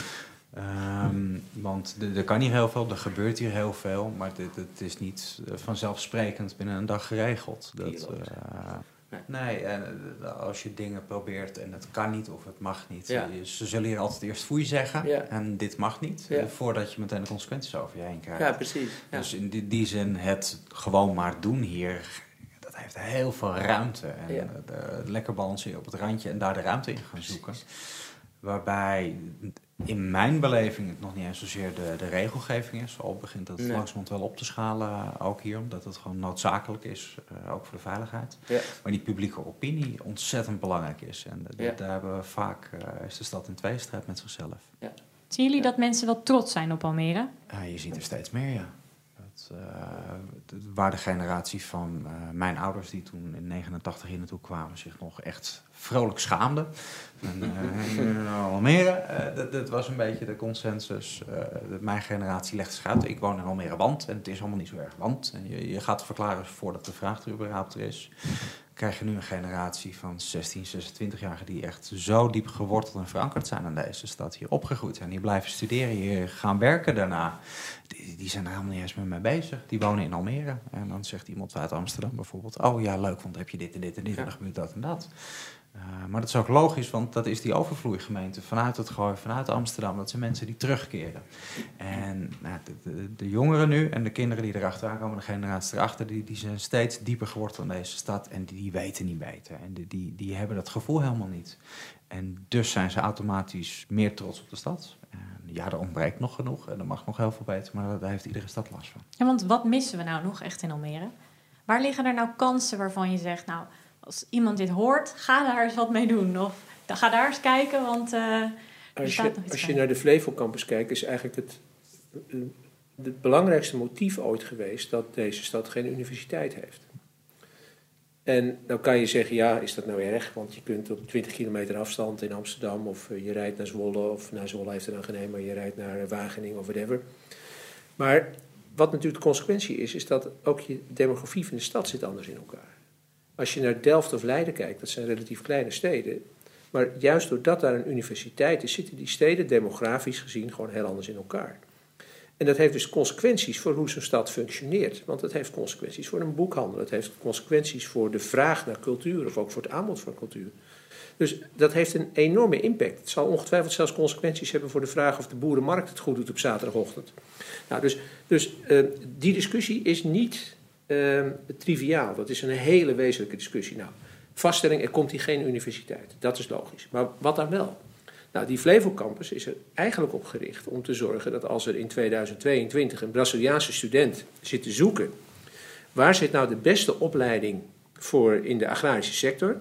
[SPEAKER 5] um, want er kan hier heel veel, er gebeurt hier heel veel, maar het is niet vanzelfsprekend binnen een dag geregeld. Dat, uh, nee, en als je dingen probeert en het kan niet of het mag niet. Ja. Ze zullen hier altijd eerst foei zeggen ja. en dit mag niet, ja. voordat je meteen de consequenties over je heen krijgt.
[SPEAKER 3] Ja, precies. Ja.
[SPEAKER 5] Dus in die, die zin het gewoon maar doen hier, dat heeft heel veel ruimte. En ja. de, de, lekker balanceren op het randje en daar de ruimte in gaan zoeken. Waarbij in mijn beleving het nog niet eens zozeer de, de regelgeving is. Al begint het nee. langzamerhand wel op te schalen, ook hier. Omdat het gewoon noodzakelijk is, uh, ook voor de veiligheid. Ja. Maar die publieke opinie ontzettend belangrijk is. En de, ja. daar hebben we vaak, uh, is de stad in tweestrijd met zichzelf. Ja.
[SPEAKER 1] Zien jullie dat mensen wel trots zijn op Almere?
[SPEAKER 5] Uh, je ziet er steeds meer, ja. Dat, uh, de, waar de generatie van uh, mijn ouders die toen in negenentachtig hier naartoe kwamen zich nog echt vrolijk schaamden. En, uh, Almere, uh, dat, dat was een beetje de consensus. Uh, de, mijn generatie legt zich uit. Ik woon in Almere Want en het is allemaal niet zo erg want. En je, je gaat verklaren voordat de vraag er überhaupt er is. Krijg je nu een generatie van zestien, zesentwintig-jarigen die echt zo diep geworteld en verankerd zijn aan deze stad. Hier opgegroeid zijn, die blijven studeren, hier gaan werken daarna. Die, die zijn er helemaal niet eens meer mee bezig. Die wonen in Almere. En dan zegt iemand uit Amsterdam bijvoorbeeld, oh ja leuk, want dan heb je dit en dit en dit ja. en dan gebeurt dat en dat. Uh, maar dat is ook logisch, want dat is die overvloeigemeente vanuit het Gooi, vanuit Amsterdam. Dat zijn mensen die terugkeren. En nou, de, de, de jongeren nu en de kinderen die erachteraan komen, de generatie erachter, die, die zijn steeds dieper geworteld in deze stad en die, die weten niet beter. En die, die, die hebben dat gevoel helemaal niet. En dus zijn ze automatisch meer trots op de stad. En ja, er ontbreekt nog genoeg en er mag nog heel veel beter, maar daar heeft iedere stad last van.
[SPEAKER 1] Ja, want wat missen we nou nog echt in Almere? Waar liggen er nou kansen waarvan je zegt, nou, als iemand dit hoort, ga daar eens wat mee doen. Of ga daar eens kijken, want uh, er
[SPEAKER 4] als
[SPEAKER 1] staat
[SPEAKER 4] je,
[SPEAKER 1] nog iets
[SPEAKER 4] Als
[SPEAKER 1] bij.
[SPEAKER 4] je naar de Flevo Campus kijkt, is eigenlijk het, het belangrijkste motief ooit geweest dat deze stad geen universiteit heeft. En dan kan je zeggen, ja, is dat nou erg? Want je kunt op twintig kilometer afstand in Amsterdam, of je rijdt naar Zwolle, of naar Zwolle heeft er dan geen een, maar je rijdt naar Wageningen of whatever. Maar wat natuurlijk de consequentie is, is dat ook je demografie van de stad zit anders in elkaar. Als je naar Delft of Leiden kijkt, dat zijn relatief kleine steden. Maar juist doordat daar een universiteit is, zitten die steden demografisch gezien gewoon heel anders in elkaar. En dat heeft dus consequenties voor hoe zo'n stad functioneert. Want het heeft consequenties voor een boekhandel. Het heeft consequenties voor de vraag naar cultuur of ook voor het aanbod van cultuur. Dus dat heeft een enorme impact. Het zal ongetwijfeld zelfs consequenties hebben voor de vraag of de boerenmarkt het goed doet op zaterdagochtend. Nou, dus dus uh, die discussie is niet uh, triviaal. Dat is een hele wezenlijke discussie. Nou, vaststelling, er komt hier geen universiteit. Dat is logisch. Maar wat dan wel? Nou, die Flevo Campus is er eigenlijk op gericht om te zorgen dat als er in tweeduizend tweeëntwintig een Braziliaanse student zit te zoeken, waar zit nou de beste opleiding voor in de agrarische sector,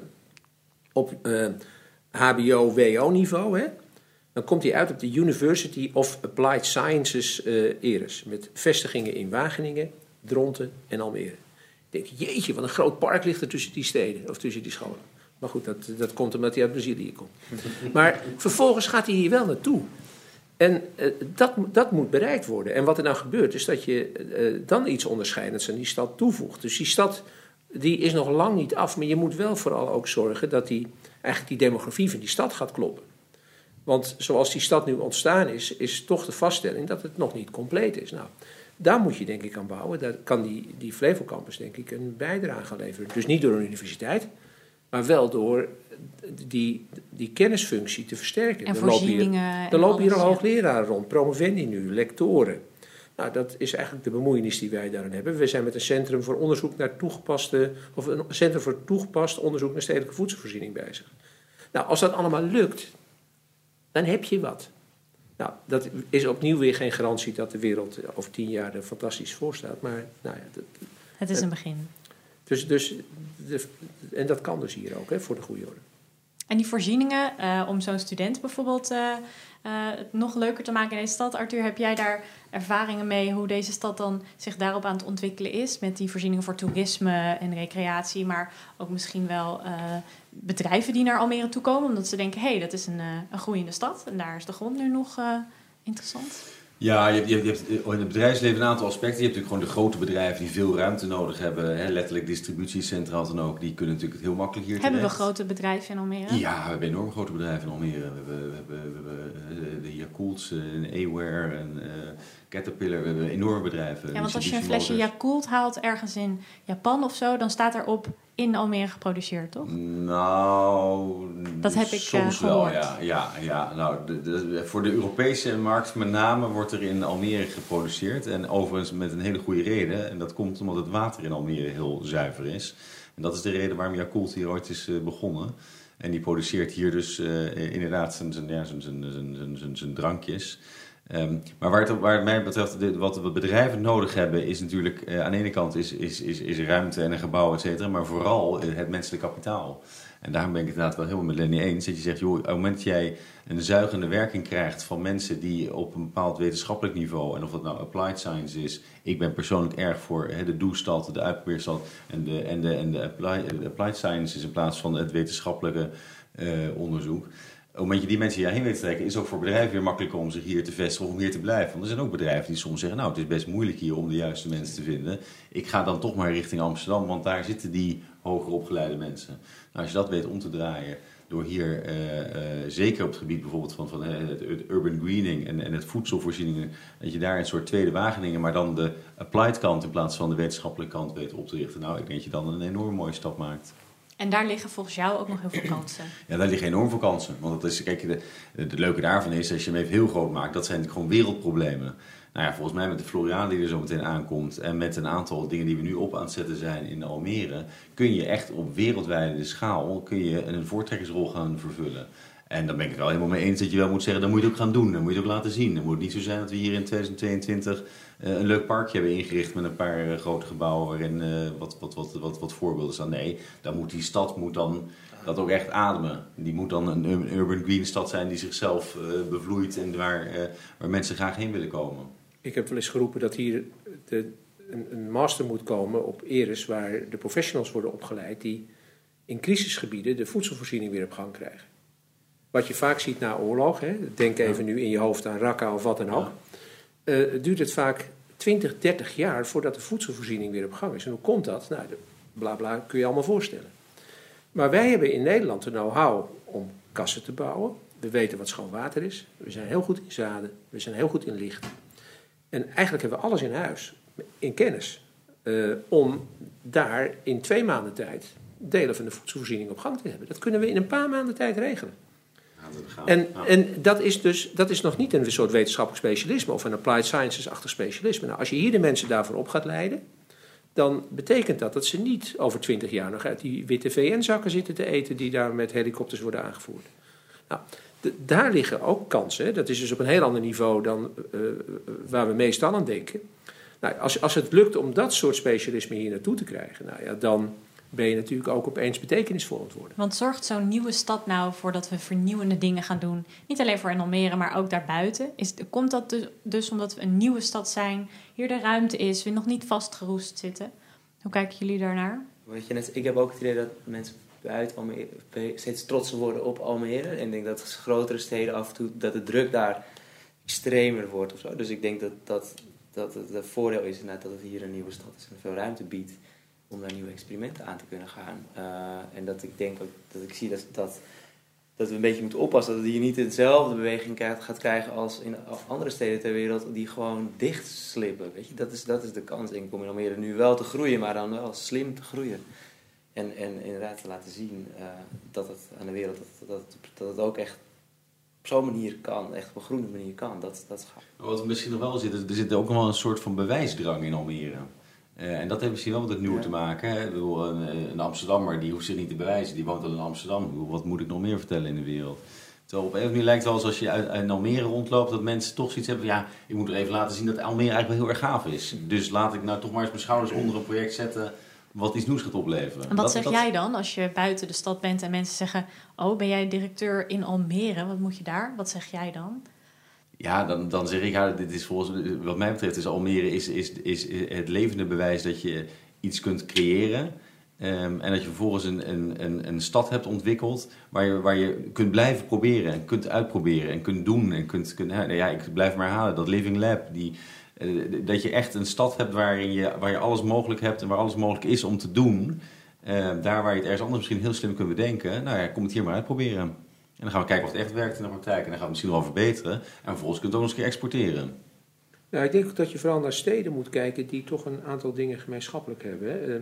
[SPEAKER 4] op uh, H B O W O niveau, hè? Dan komt hij uit op de University of Applied Sciences uh, Eres, met vestigingen in Wageningen, Dronten en Almere. Ik denk, jeetje, wat een groot park ligt er tussen die steden, of tussen die scholen. Maar goed, dat, dat komt omdat hij uit Brazilië komt. Maar vervolgens gaat hij hier wel naartoe. En uh, dat, dat moet bereikt worden. En wat er nou gebeurt, is dat je uh, dan iets onderscheidends aan die stad toevoegt. Dus die stad die is nog lang niet af, maar je moet wel vooral ook zorgen dat die, eigenlijk die demografie van die stad gaat kloppen. Want zoals die stad nu ontstaan is, is toch de vaststelling dat het nog niet compleet is. Nou, daar moet je denk ik aan bouwen. Daar kan die, die Flevo Campus denk ik een bijdrage aan leveren. Dus niet door een universiteit, maar wel door die, die kennisfunctie te versterken.
[SPEAKER 1] En
[SPEAKER 4] er
[SPEAKER 1] voorzieningen.
[SPEAKER 4] Lopen hier, er lopen hier al
[SPEAKER 1] alles,
[SPEAKER 4] hoogleraren rond, promovendi nu, lectoren. Nou, dat is eigenlijk de bemoeienis die wij daarin hebben. We zijn met een centrum voor onderzoek naar toegepaste, of een centrum voor toegepast onderzoek naar stedelijke voedselvoorziening bezig. Nou, als dat allemaal lukt, dan heb je wat. Nou, dat is opnieuw weer geen garantie dat de wereld over tien jaar er fantastisch voor staat. Maar, nou ja, dat,
[SPEAKER 1] Het is een begin.
[SPEAKER 4] Dus, dus de, en dat kan dus hier ook, hè, voor de goede orde.
[SPEAKER 1] En die voorzieningen, uh, om zo'n student bijvoorbeeld uh, uh, het nog leuker te maken in deze stad. Arthur, heb jij daar ervaringen mee hoe deze stad dan zich daarop aan het ontwikkelen is? Met die voorzieningen voor toerisme en recreatie, maar ook misschien wel uh, bedrijven die naar Almere toe komen. Omdat ze denken, hé, hey, dat is een, uh, een groeiende stad en daar is de grond nu nog uh, interessant.
[SPEAKER 2] Ja, je hebt, je hebt in het bedrijfsleven een aantal aspecten. Je hebt natuurlijk gewoon de grote bedrijven die veel ruimte nodig hebben. Hè, letterlijk distributiecentra dan ook. Die kunnen natuurlijk heel makkelijk hier
[SPEAKER 1] Hebben
[SPEAKER 2] terecht.
[SPEAKER 1] we grote bedrijven in Almere?
[SPEAKER 2] Ja, we hebben enorm grote bedrijven in Almere. We hebben, we hebben, we hebben de Yakults, en Aware en uh, Caterpillar. We hebben enorme bedrijven.
[SPEAKER 1] Ja, want als je een flesje Yakult haalt ergens in Japan of zo, dan staat erop in Almere geproduceerd, toch?
[SPEAKER 2] Nou,
[SPEAKER 1] dat heb ik
[SPEAKER 2] soms
[SPEAKER 1] uh,
[SPEAKER 2] wel, ja. ja, ja nou, de, de, voor de Europese markt met name wordt er in Almere geproduceerd. En overigens met een hele goede reden. En dat komt omdat het water in Almere heel zuiver is. En dat is de reden waarom Yakult hier ooit is uh, begonnen. En die produceert hier dus uh, inderdaad zijn, zijn, ja, zijn, zijn, zijn, zijn, zijn drankjes. Um, maar waar het, waar het mij betreft, de, wat de bedrijven nodig hebben, is natuurlijk uh, aan de ene kant is, is, is, is ruimte en een gebouw, et cetera, maar vooral uh, het menselijk kapitaal. En daarom ben ik het inderdaad wel helemaal met Lenny eens. Dat je zegt, joh, op het moment dat jij een zuigende werking krijgt van mensen die op een bepaald wetenschappelijk niveau, en of dat nou applied science is, ik ben persoonlijk erg voor hè, de doelstad, de uitprobeerstad en de, en de, en de applied, de applied sciences in plaats van het wetenschappelijke uh, onderzoek. Op het moment dat je die mensen hierheen weet trekken, is het ook voor bedrijven weer makkelijker om zich hier te vestigen of om hier te blijven. Want er zijn ook bedrijven die soms zeggen, nou, het is best moeilijk hier om de juiste mensen te vinden. Ik ga dan toch maar richting Amsterdam, want daar zitten die hoger opgeleide mensen. Nou, als je dat weet om te draaien, door hier, uh, uh, zeker op het gebied bijvoorbeeld van, van uh, het, het urban greening en, en het voedselvoorzieningen, dat je daar een soort tweede Wageningen, maar dan de applied kant in plaats van de wetenschappelijke kant weet op te richten. Nou, ik denk dat je dan een enorm mooie stap maakt.
[SPEAKER 1] En daar liggen volgens jou ook nog heel veel kansen?
[SPEAKER 2] Ja, daar liggen enorm veel kansen. Want dat is, kijk, de, de leuke daarvan is, als je hem even heel groot maakt, dat zijn gewoon wereldproblemen. Nou ja, volgens mij met de Floriade die er zo meteen aankomt en met een aantal dingen die we nu op aan het zetten zijn in Almere, kun je echt op wereldwijde schaal kun je een voortrekkersrol gaan vervullen. En dan ben ik het wel helemaal mee eens dat je wel moet zeggen, dan moet je het ook gaan doen. Dan moet je het ook laten zien. Dan moet het niet zo zijn dat we hier in tweeduizend tweeëntwintig uh, een leuk parkje hebben ingericht met een paar uh, grote gebouwen waarin uh, wat, wat, wat, wat, wat voorbeelden staan. Nee, dan moet die stad moet dan dat ook echt ademen. Die moet dan een, een urban green stad zijn die zichzelf uh, bevloeit en waar, uh, waar mensen graag heen willen komen.
[SPEAKER 4] Ik heb wel eens geroepen dat hier de, een, een master moet komen op Eres, waar de professionals worden opgeleid die in crisisgebieden de voedselvoorziening weer op gang krijgen. Wat je vaak ziet na oorlog, hè, denk even nu in je hoofd aan Raqqa of wat dan ook, ja. uh, duurt het vaak twintig, dertig jaar voordat de voedselvoorziening weer op gang is. En hoe komt dat? Nou, de bla bla kun je allemaal voorstellen. Maar wij hebben in Nederland de know-how om kassen te bouwen. We weten wat schoon water is. We zijn heel goed in zaden. We zijn heel goed in licht. En eigenlijk hebben we alles in huis, in kennis, uh, om daar in twee maanden tijd delen van de voedselvoorziening op gang te hebben. Dat kunnen we in een paar maanden tijd regelen. En, en dat is dus dat is nog niet een soort wetenschappelijk specialisme of een applied sciences-achtig specialisme. Nou, als je hier de mensen daarvoor op gaat leiden, dan betekent dat dat ze niet over twintig jaar nog uit die witte V N-zakken zitten te eten die daar met helikopters worden aangevoerd. Nou, de, daar liggen ook kansen. Hè. Dat is dus op een heel ander niveau dan uh, waar we meestal aan denken. Nou, als, als het lukt om dat soort specialisme hier naartoe te krijgen, nou ja, dan ben je natuurlijk ook opeens betekenisvol aan het worden.
[SPEAKER 1] Want zorgt zo'n nieuwe stad nou voor dat we vernieuwende dingen gaan doen? Niet alleen voor in Almere, maar ook daarbuiten. Is, komt dat dus, dus omdat we een nieuwe stad zijn, hier de ruimte is, we nog niet vastgeroest zitten? Hoe kijken jullie daarnaar?
[SPEAKER 3] Weet je, net, ik heb ook het idee dat mensen buiten Almere steeds trotser worden op Almere. En ik denk dat grotere steden af en toe, dat de druk daar extremer wordt of zo. Dus ik denk dat, dat, dat het een voordeel is inderdaad dat het hier een nieuwe stad is en veel ruimte biedt om daar nieuwe experimenten aan te kunnen gaan. Uh, en dat ik denk ook, dat ik zie dat, dat, dat we een beetje moeten oppassen dat het hier niet dezelfde beweging gaat krijgen als in andere steden ter wereld die gewoon dicht slippen. Weet je? Dat is, dat is de kans, denk ik, om in Almere nu wel te groeien, maar dan wel slim te groeien. En, en inderdaad te laten zien uh, dat het aan de wereld, dat, dat, dat het ook echt op zo'n manier kan, echt op een groene manier kan. Dat, dat gaat.
[SPEAKER 2] Wat er misschien nog wel zit, er zit ook nog wel een soort van bewijsdrang in Almere. Uh, en dat heeft misschien wel met het nieuwe ja. te maken. Hè? Ik bedoel, een, een Amsterdammer die hoeft zich niet te bewijzen, die woont al in Amsterdam. Ik bedoel, wat moet ik nog meer vertellen in de wereld? Terwijl op een of andere manier lijkt het wel als je uit, in Almere rondloopt, dat mensen toch zoiets hebben van, ja, ik moet er even laten zien dat Almere eigenlijk wel heel erg gaaf is. Dus laat ik nou toch maar eens mijn schouders onder een project zetten wat iets nieuws gaat opleveren.
[SPEAKER 1] En wat
[SPEAKER 2] dat,
[SPEAKER 1] zeg
[SPEAKER 2] dat...
[SPEAKER 1] jij dan als je buiten de stad bent en mensen zeggen, oh, ben jij directeur in Almere? Wat moet je daar? Wat zeg jij dan?
[SPEAKER 2] Ja, dan, dan zeg ik, ja, dit is volgens, wat mij betreft is Almere is, is, is het levende bewijs dat je iets kunt creëren. Um, en dat je vervolgens een, een, een, een stad hebt ontwikkeld waar je, waar je kunt blijven proberen en kunt uitproberen en kunt doen. En kunt, kunt, ja, ik blijf maar herhalen, dat Living Lab, die, uh, dat je echt een stad hebt waarin je, waar je alles mogelijk hebt en waar alles mogelijk is om te doen. Uh, daar waar je het ergens anders misschien heel slim kunt bedenken, nou ja, kom het hier maar uitproberen. En dan gaan we kijken of het echt werkt in de praktijk. En dan gaan we misschien wel verbeteren. En vervolgens kun je het ook nog eens een keer exporteren.
[SPEAKER 4] Nou, ik denk dat je vooral naar steden moet kijken die toch een aantal dingen gemeenschappelijk hebben. Hè.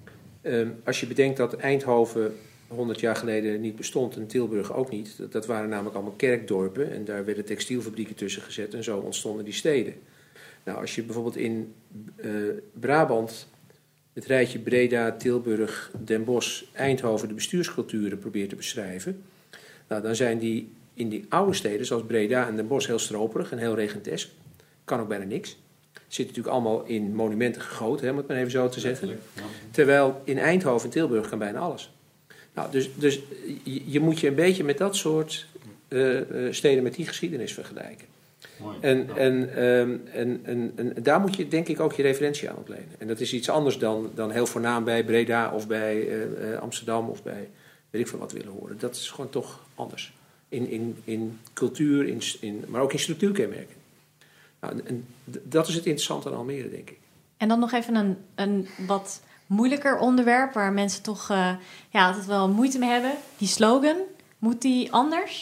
[SPEAKER 4] Uh, uh, als je bedenkt dat Eindhoven honderd jaar geleden niet bestond en Tilburg ook niet. Dat, dat waren namelijk allemaal kerkdorpen en daar werden textielfabrieken tussen gezet en zo ontstonden die steden. Nou, als je bijvoorbeeld in uh, Brabant het rijtje Breda, Tilburg, Den Bosch, Eindhoven de bestuursculturen probeert te beschrijven. Nou, dan zijn die in die oude steden, zoals Breda en Den Bosch, heel stroperig en heel regentesk. Kan ook bijna niks. Zit natuurlijk allemaal in monumenten gegoten, hè, om het maar even zo te zeggen. Terwijl in Eindhoven en Tilburg kan bijna alles. Nou, dus dus je, je moet je een beetje met dat soort uh, uh, steden met die geschiedenis vergelijken. Mooi. En, en, um, en, en, en daar moet je denk ik ook je referentie aan ontlenen. En dat is iets anders dan, dan heel voornaam bij Breda of bij uh, uh, Amsterdam of bij weet ik veel wat willen horen. Dat is gewoon toch anders. In, in, in cultuur, in, in, maar ook in structuurkenmerken. Nou, en dat is het interessante aan Almere, denk ik.
[SPEAKER 1] En dan nog even een, een wat moeilijker onderwerp waar mensen toch uh, ja, altijd wel moeite mee hebben. Die slogan, moet die anders?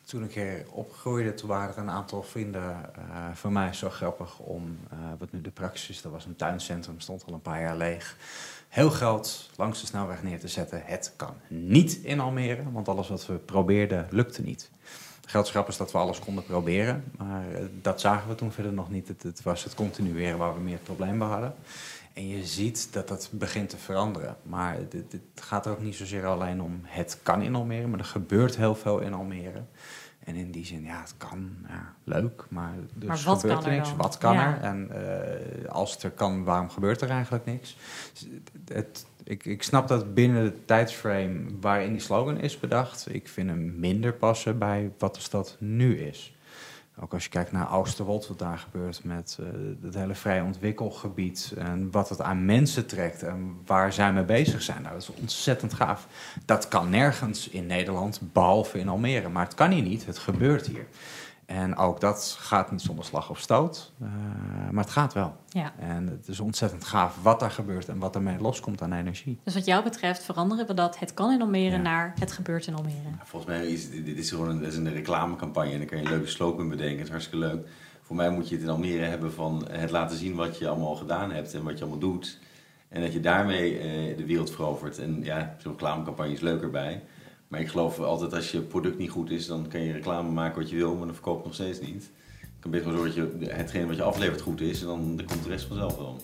[SPEAKER 5] toen ik hier opgroeide, toen waren er een aantal vrienden uh, van mij zo grappig om, uh, wat nu de praxis is, dat was een tuincentrum, stond al een paar jaar leeg, heel groot langs de snelweg neer te zetten. Het kan niet in Almere, want alles wat we probeerden lukte niet. Het grootste grap is dat we alles konden proberen, maar uh, dat zagen we toen verder nog niet. Het, het was het continueren waar we meer het probleem bij hadden. En je ziet dat dat begint te veranderen. Maar het, het gaat er ook niet zozeer alleen om het kan in Almere, maar er gebeurt heel veel in Almere. En in die zin, ja, het kan, ja, leuk, maar er
[SPEAKER 1] maar wat
[SPEAKER 5] gebeurt
[SPEAKER 1] kan
[SPEAKER 5] er
[SPEAKER 1] er
[SPEAKER 5] niks.
[SPEAKER 1] dan?
[SPEAKER 5] Wat kan
[SPEAKER 1] Ja.
[SPEAKER 5] er? En uh, als het er kan, waarom gebeurt er eigenlijk niks? Het, ik, ik snap dat binnen de tijdsframe waarin die slogan is bedacht, ik vind hem minder passen bij wat de stad nu is. Ook als je kijkt naar Oosterwold, wat daar gebeurt met uh, het hele vrij ontwikkelgebied en wat het aan mensen trekt en waar zij mee bezig zijn. Nou, dat is ontzettend gaaf. Dat kan nergens in Nederland, behalve in Almere. Maar het kan hier niet, het gebeurt hier. En ook dat gaat niet zonder slag of stoot, uh, maar het gaat wel.
[SPEAKER 1] Ja.
[SPEAKER 5] En het is ontzettend gaaf wat daar gebeurt en wat ermee loskomt aan energie.
[SPEAKER 1] Dus wat jou betreft veranderen we dat het kan in Almere
[SPEAKER 5] Ja.
[SPEAKER 1] naar het gebeurt in Almere.
[SPEAKER 2] Volgens mij is dit dit is gewoon een, dit is een reclamecampagne en dan kan je een leuke slogan bedenken. Het is hartstikke leuk. Voor mij moet je het in Almere hebben van het laten zien wat je allemaal gedaan hebt en wat je allemaal doet. En dat je daarmee uh, de wereld verovert. En ja, zo'n reclamecampagne is leuker bij. Maar ik geloof altijd als je product niet goed is, dan kan je reclame maken wat je wil, maar dan verkoopt het nog steeds niet. Je kan beter zorgen dat je, hetgene wat je aflevert goed is en dan, dan komt de rest vanzelf wel.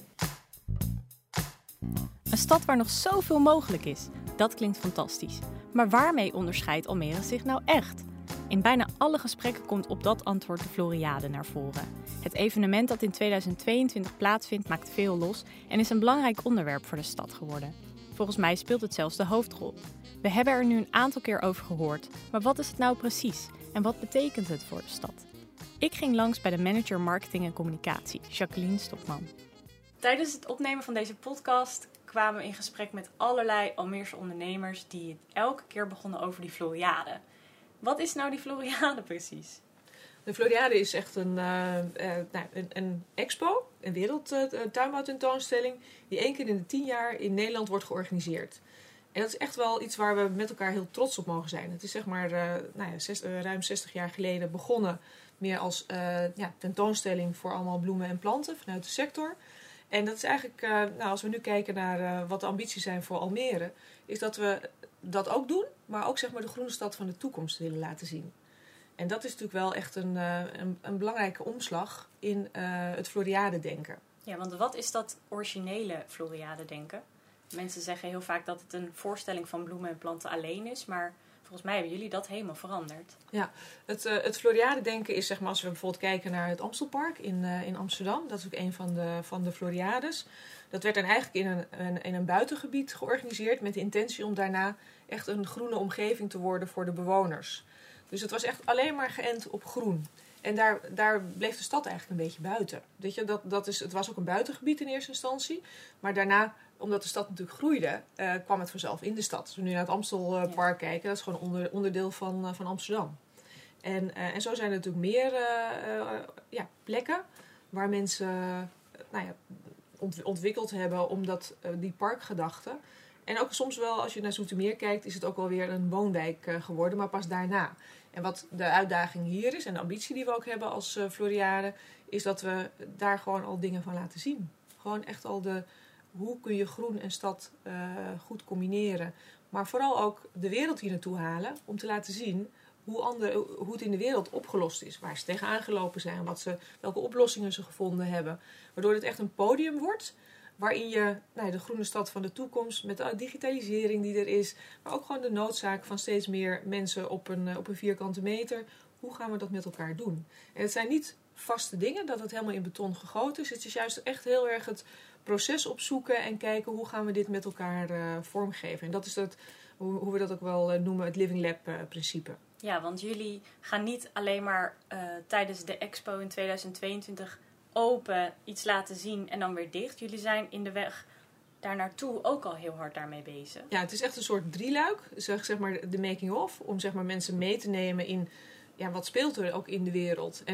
[SPEAKER 1] Een stad waar nog zoveel mogelijk is. Dat klinkt fantastisch. Maar waarmee onderscheidt Almere zich nou echt? In bijna alle gesprekken komt op dat antwoord de Floriade naar voren. Het evenement dat in tweeduizend tweeëntwintig plaatsvindt maakt veel los en is een belangrijk onderwerp voor de stad geworden. Volgens mij speelt het zelfs de hoofdrol. We hebben er nu een aantal keer over gehoord, maar wat is het nou precies en wat betekent het voor de stad? Ik ging langs bij de manager marketing en communicatie, Jacqueline Stokman. Tijdens het opnemen van deze podcast kwamen we in gesprek met allerlei Almeerse ondernemers die het elke keer begonnen over die Floriade. Wat is nou die Floriade precies?
[SPEAKER 6] De Floriade is echt een, uh, uh, nou, een, een expo, een wereldtuinbouwtentoonstelling, die één keer in de tien jaar in Nederland wordt georganiseerd. En dat is echt wel iets waar we met elkaar heel trots op mogen zijn. Het is zeg maar uh, nou ja, zes, uh, ruim zestig jaar geleden begonnen meer als uh, ja, tentoonstelling voor allemaal bloemen en planten vanuit de sector. En dat is eigenlijk, uh, nou, als we nu kijken naar uh, wat de ambities zijn voor Almere, is dat we dat ook doen, maar ook zeg maar de groene stad van de toekomst willen laten zien. En dat is natuurlijk wel echt een, uh, een, een belangrijke omslag in uh, het Floriade-denken.
[SPEAKER 1] Ja, want wat is dat originele Floriade-denken? Mensen zeggen heel vaak dat het een voorstelling van bloemen en planten alleen is, maar volgens mij hebben jullie dat helemaal veranderd.
[SPEAKER 6] Ja, het, uh, het Floriade-denken is, zeg maar, als we bijvoorbeeld kijken naar het Amstelpark in, uh, in Amsterdam. Dat is ook een van de, van de Floriades. Dat werd dan eigenlijk in een, een, in een buitengebied georganiseerd met de intentie om daarna echt een groene omgeving te worden voor de bewoners. Dus het was echt alleen maar geënt op groen. En daar, daar bleef de stad eigenlijk een beetje buiten. Weet je, dat, dat is, het was ook een buitengebied in eerste instantie. Maar daarna, omdat de stad natuurlijk groeide, uh, kwam het vanzelf in de stad. Als we nu naar het Amstelpark ja. kijken, dat is gewoon onder, onderdeel van, uh, van Amsterdam. En, uh, en zo zijn er natuurlijk meer uh, uh, ja, plekken waar mensen uh, nou ja, ont- ontwikkeld hebben om dat, uh, die parkgedachte. En ook soms wel, als je naar Zoetermeer kijkt, is het ook wel weer een woonwijk uh, geworden, maar pas daarna. En wat de uitdaging hier is, en de ambitie die we ook hebben als uh, Floriade, is dat we daar gewoon al dingen van laten zien. Gewoon echt al de, hoe kun je groen en stad uh, goed combineren. Maar vooral ook de wereld hier naartoe halen, om te laten zien hoe, andere, hoe het in de wereld opgelost is. Waar ze tegenaan gelopen zijn, wat ze, welke oplossingen ze gevonden hebben. Waardoor het echt een podium wordt, waarin je nou, de groene stad van de toekomst, met de digitalisering die er is, maar ook gewoon de noodzaak van steeds meer mensen op een, op een vierkante meter. Hoe gaan we dat met elkaar doen? En het zijn niet vaste dingen, dat het helemaal in beton gegoten is. Het is juist echt heel erg het proces opzoeken en kijken hoe gaan we dit met elkaar uh, vormgeven. En dat is dat, hoe, hoe we dat ook wel uh, noemen, het Living Lab uh, principe.
[SPEAKER 1] Ja, want jullie gaan niet alleen maar uh, tijdens de expo in tweeduizend tweeëntwintig open iets laten zien en dan weer dicht. Jullie zijn in de weg daar naartoe ook al heel hard daarmee bezig.
[SPEAKER 6] Ja, het is echt een soort drieluik, zeg, zeg maar de making of, om zeg maar mensen mee te nemen in ja, wat speelt er ook in de wereld. En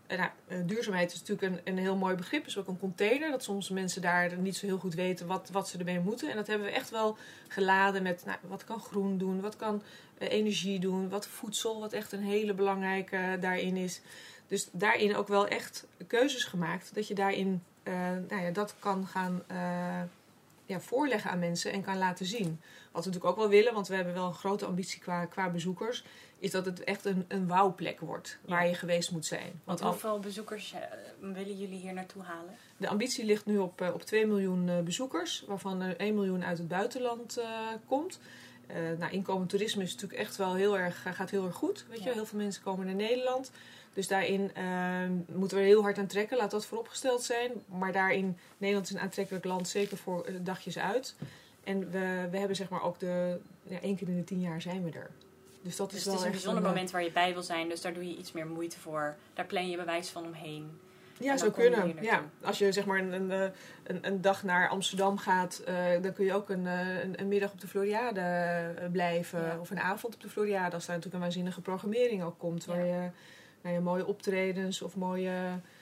[SPEAKER 6] Uh, nou, uh, duurzaamheid is natuurlijk een, een heel mooi begrip. Het is ook een container. Dat soms mensen daar niet zo heel goed weten wat, wat ze ermee moeten. En dat hebben we echt wel geladen met nou, wat kan groen doen, wat kan uh, energie doen, wat voedsel, wat echt een hele belangrijke uh, daarin is. Dus daarin ook wel echt keuzes gemaakt. Dat je daarin uh, nou ja, dat kan gaan uh, ja, voorleggen aan mensen en kan laten zien. Wat we natuurlijk ook wel willen, want we hebben wel een grote ambitie qua, qua bezoekers, is dat het echt een, een wauwplek wordt waar ja. je geweest moet zijn.
[SPEAKER 7] Want, want hoeveel bezoekers uh, willen jullie hier naartoe halen?
[SPEAKER 6] De ambitie ligt nu op, uh, op twee miljoen uh, bezoekers, waarvan er één miljoen uit het buitenland uh, komt. Uh, nou, inkomend toerisme is natuurlijk echt wel heel erg, gaat heel erg goed. Weet ja. je? Heel veel mensen komen naar Nederland. Dus daarin uh, moeten we er heel hard aan trekken, laat dat vooropgesteld zijn. Maar daarin, Nederland is een aantrekkelijk land, zeker voor uh, dagjes uit. En we, we hebben zeg maar ook de, ja, één keer in de tien jaar zijn we er. Dus dat
[SPEAKER 7] dus
[SPEAKER 6] is wel
[SPEAKER 7] het is een
[SPEAKER 6] echt
[SPEAKER 7] bijzonder een, moment waar je bij wil zijn, dus daar doe je iets meer moeite voor. Daar plan je bewijs van omheen.
[SPEAKER 6] Ja, zou kunnen. Ja. Als je zeg maar een, een, een, een dag naar Amsterdam gaat, uh, dan kun je ook een, een, een middag op de Floriade blijven. Ja. Of een avond op de Floriade, als daar natuurlijk een waanzinnige programmering ook komt. Ja. Waar je nou ja, mooie optredens of mooie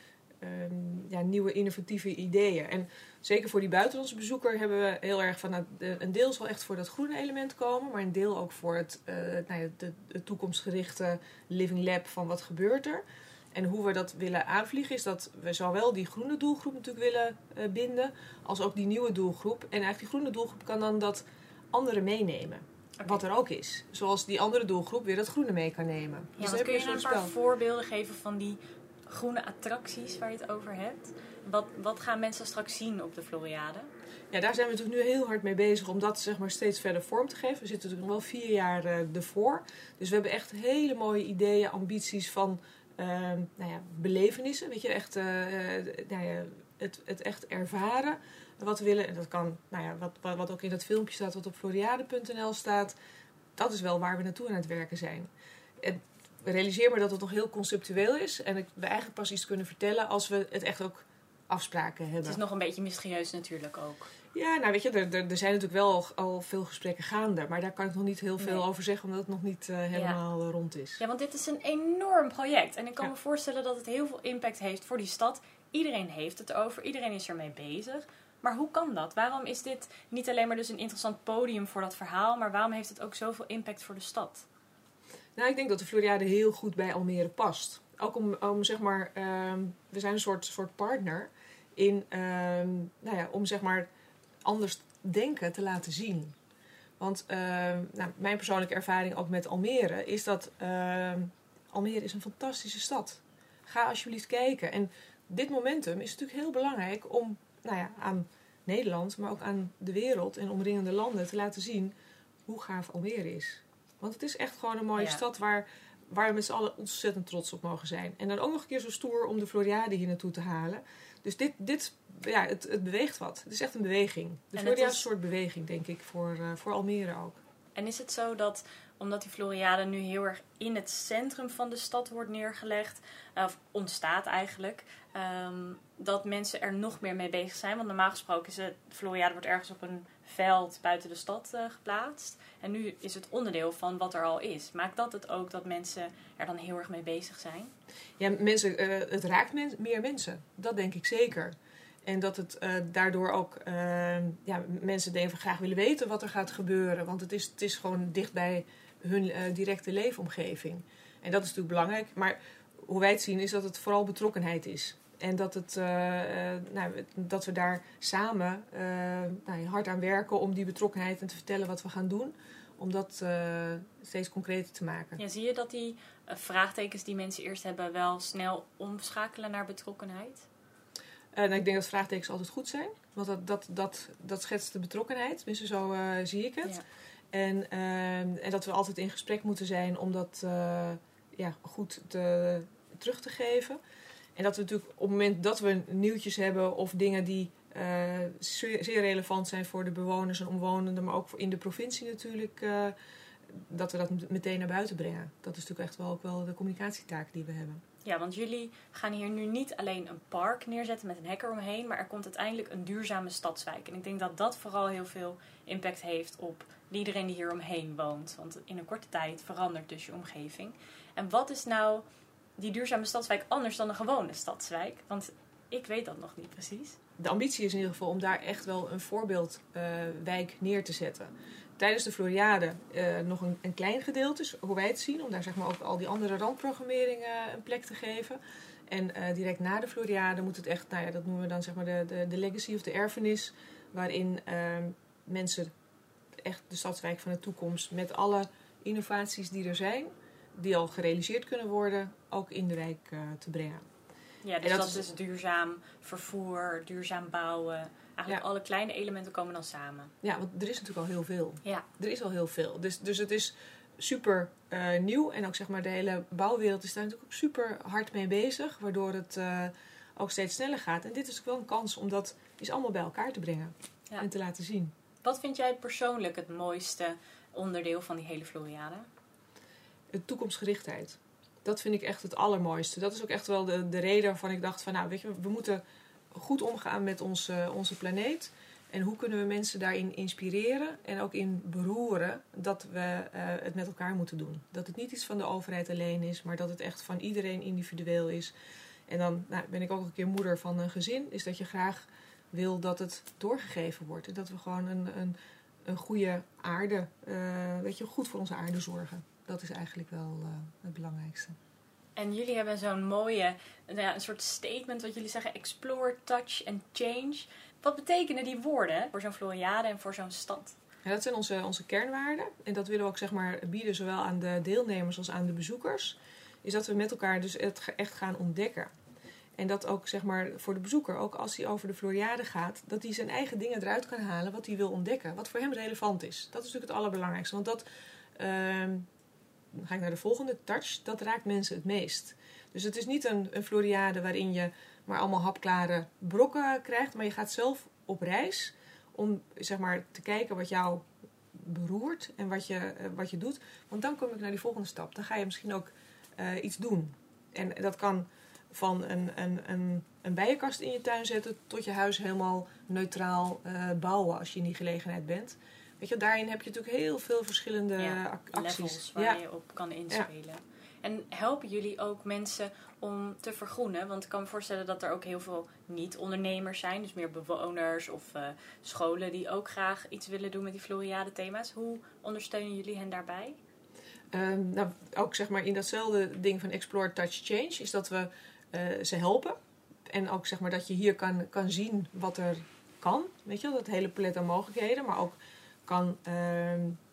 [SPEAKER 6] um, ja, nieuwe innovatieve ideeën. En zeker voor die buitenlandse bezoeker hebben we heel erg van, nou, een deel zal echt voor dat groene element komen, maar een deel ook voor het, uh, nou ja, de, de toekomstgerichte living lab van wat gebeurt er. En hoe we dat willen aanvliegen is dat we zowel die groene doelgroep natuurlijk willen uh, binden, als ook die nieuwe doelgroep. En eigenlijk die groene doelgroep kan dan dat andere meenemen. Okay. Wat er ook is. Zoals die andere doelgroep weer dat groene mee kan nemen.
[SPEAKER 7] Ja, dus wat kun je, je een paar spel. voorbeelden geven van die groene attracties waar je het over hebt? Wat, wat gaan mensen straks zien op de Floriade?
[SPEAKER 6] Ja, daar zijn we natuurlijk nu heel hard mee bezig om dat zeg maar steeds verder vorm te geven. We zitten natuurlijk nog wel vier jaar uh, ervoor. Dus we hebben echt hele mooie ideeën, ambities van uh, nou ja, belevenissen. Weet je, echt, uh, nou ja, het, het echt ervaren. Wat we willen, en dat kan, nou ja, wat, wat, wat ook in dat filmpje staat, wat op floriade punt n l staat. Dat is wel waar we naartoe aan het werken zijn. En realiseer me dat het nog heel conceptueel is. En we eigenlijk pas iets kunnen vertellen als we het echt ook afspraken hebben.
[SPEAKER 7] Het is nog een beetje mysterieus natuurlijk ook.
[SPEAKER 6] Ja, nou weet je, er, er, er zijn natuurlijk wel al, al veel gesprekken gaande. Maar daar kan ik nog niet heel veel nee. over zeggen, omdat het nog niet uh, helemaal ja. rond is.
[SPEAKER 7] Ja, want dit is een enorm project. En ik kan ja. me voorstellen dat het heel veel impact heeft voor die stad. Iedereen heeft het over, iedereen is ermee bezig. Maar hoe kan dat? Waarom is dit niet alleen maar dus een interessant podium voor dat verhaal, maar waarom heeft het ook zoveel impact voor de stad?
[SPEAKER 6] Nou, ik denk dat de Floriade heel goed bij Almere past. Ook om, om zeg maar, um, we zijn een soort, soort partner in, um, nou ja, om zeg maar anders denken te laten zien. Want uh, nou, mijn persoonlijke ervaring ook met Almere is dat uh, Almere is een fantastische stad. Ga alsjeblieft kijken. En dit momentum is natuurlijk heel belangrijk om nou ja, aan Nederland, maar ook aan de wereld en omringende landen te laten zien hoe gaaf Almere is. Want het is echt gewoon een mooie ja. stad waar, waar we met z'n allen ontzettend trots op mogen zijn. En dan ook nog een keer zo stoer om de Floriade hier naartoe te halen. Dus dit, dit ja, het, het beweegt wat. Het is echt een beweging. De Floriade is een soort beweging, denk ik, voor, uh, voor Almere ook.
[SPEAKER 7] En is het zo dat, omdat die Floriade nu heel erg in het centrum van de stad wordt neergelegd, of ontstaat eigenlijk, um, dat mensen er nog meer mee bezig zijn? Want normaal gesproken is het, de Floriade wordt ergens op een veld buiten de stad uh, geplaatst. En nu is het onderdeel van wat er al is. Maakt dat het ook dat mensen er dan heel erg mee bezig zijn?
[SPEAKER 6] Ja, mensen, uh, het raakt men, meer mensen. Dat denk ik zeker. En dat het uh, daardoor ook uh, ja, mensen denken van graag willen weten wat er gaat gebeuren. Want het is, het is gewoon dicht bij hun uh, directe leefomgeving. En dat is natuurlijk belangrijk. Maar hoe wij het zien is dat het vooral betrokkenheid is. En dat, het, uh, uh, nou, dat we daar samen uh, nou, hard aan werken om die betrokkenheid en te vertellen wat we gaan doen. Om dat uh, steeds concreter te maken.
[SPEAKER 7] Ja, zie je dat die uh, vraagtekens die mensen eerst hebben wel snel omschakelen naar betrokkenheid?
[SPEAKER 6] Uh, nou, ik denk dat vraagtekens altijd goed zijn. Want dat, dat, dat, dat schetst de betrokkenheid. Tenminste, zo uh, zie ik het. Ja. En, uh, en dat we altijd in gesprek moeten zijn om dat uh, ja, goed te, terug te geven. En dat we natuurlijk op het moment dat we nieuwtjes hebben of dingen die uh, zeer, zeer relevant zijn voor de bewoners en omwonenden, maar ook in de provincie natuurlijk, uh, dat we dat meteen naar buiten brengen. Dat is natuurlijk echt wel ook wel de communicatietaak die we hebben.
[SPEAKER 7] Ja, want jullie gaan hier nu niet alleen een park neerzetten met een hek eromheen, maar er komt uiteindelijk een duurzame stadswijk. En ik denk dat dat vooral heel veel impact heeft op iedereen die hier omheen woont. Want in een korte tijd verandert dus je omgeving. En wat is nou die duurzame stadswijk anders dan een gewone stadswijk? Want ik weet dat nog niet precies.
[SPEAKER 6] De ambitie is in ieder geval om daar echt wel een voorbeeldwijk uh, neer te zetten. Tijdens de Floriade uh, nog een, een klein gedeelte, hoe wij het zien, om daar zeg maar ook al die andere randprogrammeringen een plek te geven. En uh, direct na de Floriade moet het echt, nou ja, dat noemen we dan zeg maar de, de, de legacy of de erfenis, waarin uh, mensen echt de stadswijk van de toekomst met alle innovaties die er zijn, die al gerealiseerd kunnen worden, ook in de wijk uh, te brengen.
[SPEAKER 7] Ja, dus dat, dat is dus duurzaam vervoer, duurzaam bouwen. Eigenlijk ja. alle kleine elementen komen dan samen.
[SPEAKER 6] Ja, want er is natuurlijk al heel veel.
[SPEAKER 7] Ja.
[SPEAKER 6] Er is al heel veel. Dus, dus het is super uh, nieuw. En ook zeg maar de hele bouwwereld is daar natuurlijk ook super hard mee bezig. Waardoor het uh, ook steeds sneller gaat. En dit is ook wel een kans om dat eens allemaal bij elkaar te brengen. Ja. En te laten zien.
[SPEAKER 7] Wat vind jij persoonlijk het mooiste onderdeel van die hele Floriade?
[SPEAKER 6] De toekomstgerichtheid. Dat vind ik echt het allermooiste. Dat is ook echt wel de, de reden waarvan ik dacht van nou weet je, we moeten goed omgaan met onze, onze planeet. En hoe kunnen we mensen daarin inspireren en ook in beroeren dat we uh, het met elkaar moeten doen. Dat het niet iets van de overheid alleen is, maar dat het echt van iedereen individueel is. En dan nou, ben ik ook een keer moeder van een gezin, is dat je graag wil dat het doorgegeven wordt. En dat we gewoon een, een, een goede aarde, uh, weet je, goed voor onze aarde zorgen. Dat is eigenlijk wel uh, het belangrijkste.
[SPEAKER 7] En jullie hebben zo'n mooie, nou ja, een soort statement wat jullie zeggen, explore, touch and change. Wat betekenen die woorden voor zo'n Floriade en voor zo'n stad?
[SPEAKER 6] Ja, dat zijn onze, onze kernwaarden. En dat willen we ook zeg maar, bieden zowel aan de deelnemers als aan de bezoekers. Is dat we met elkaar dus het echt gaan ontdekken. En dat ook zeg maar, voor de bezoeker, ook als hij over de Floriade gaat, dat hij zijn eigen dingen eruit kan halen wat hij wil ontdekken. Wat voor hem relevant is. Dat is natuurlijk het allerbelangrijkste. Want dat, uh, dan ga ik naar de volgende, touch, dat raakt mensen het meest. Dus het is niet een, een Floriade waarin je maar allemaal hapklare brokken krijgt. Maar je gaat zelf op reis om zeg maar, te kijken wat jou beroert en wat je, uh, wat je doet. Want dan kom ik naar die volgende stap. Dan ga je misschien ook uh, iets doen. En dat kan van een, een, een, een bijenkast in je tuin zetten tot je huis helemaal neutraal uh, bouwen als je in die gelegenheid bent. Weet je, daarin heb je natuurlijk heel veel verschillende
[SPEAKER 7] ja,
[SPEAKER 6] acties.
[SPEAKER 7] Levels waar ja. je op kan inspelen. Ja. En helpen jullie ook mensen om te vergroenen? Want ik kan me voorstellen dat er ook heel veel niet-ondernemers zijn. Dus meer bewoners of uh, scholen die ook graag iets willen doen met die Floriade-thema's. Hoe ondersteunen jullie hen daarbij?
[SPEAKER 6] Um, nou, ook zeg maar in datzelfde ding van Explore, Touch, Change is dat we uh, ze helpen. En ook zeg maar dat je hier kan, kan zien wat er kan. Weet je, dat hele palet aan mogelijkheden. Maar ook kan uh,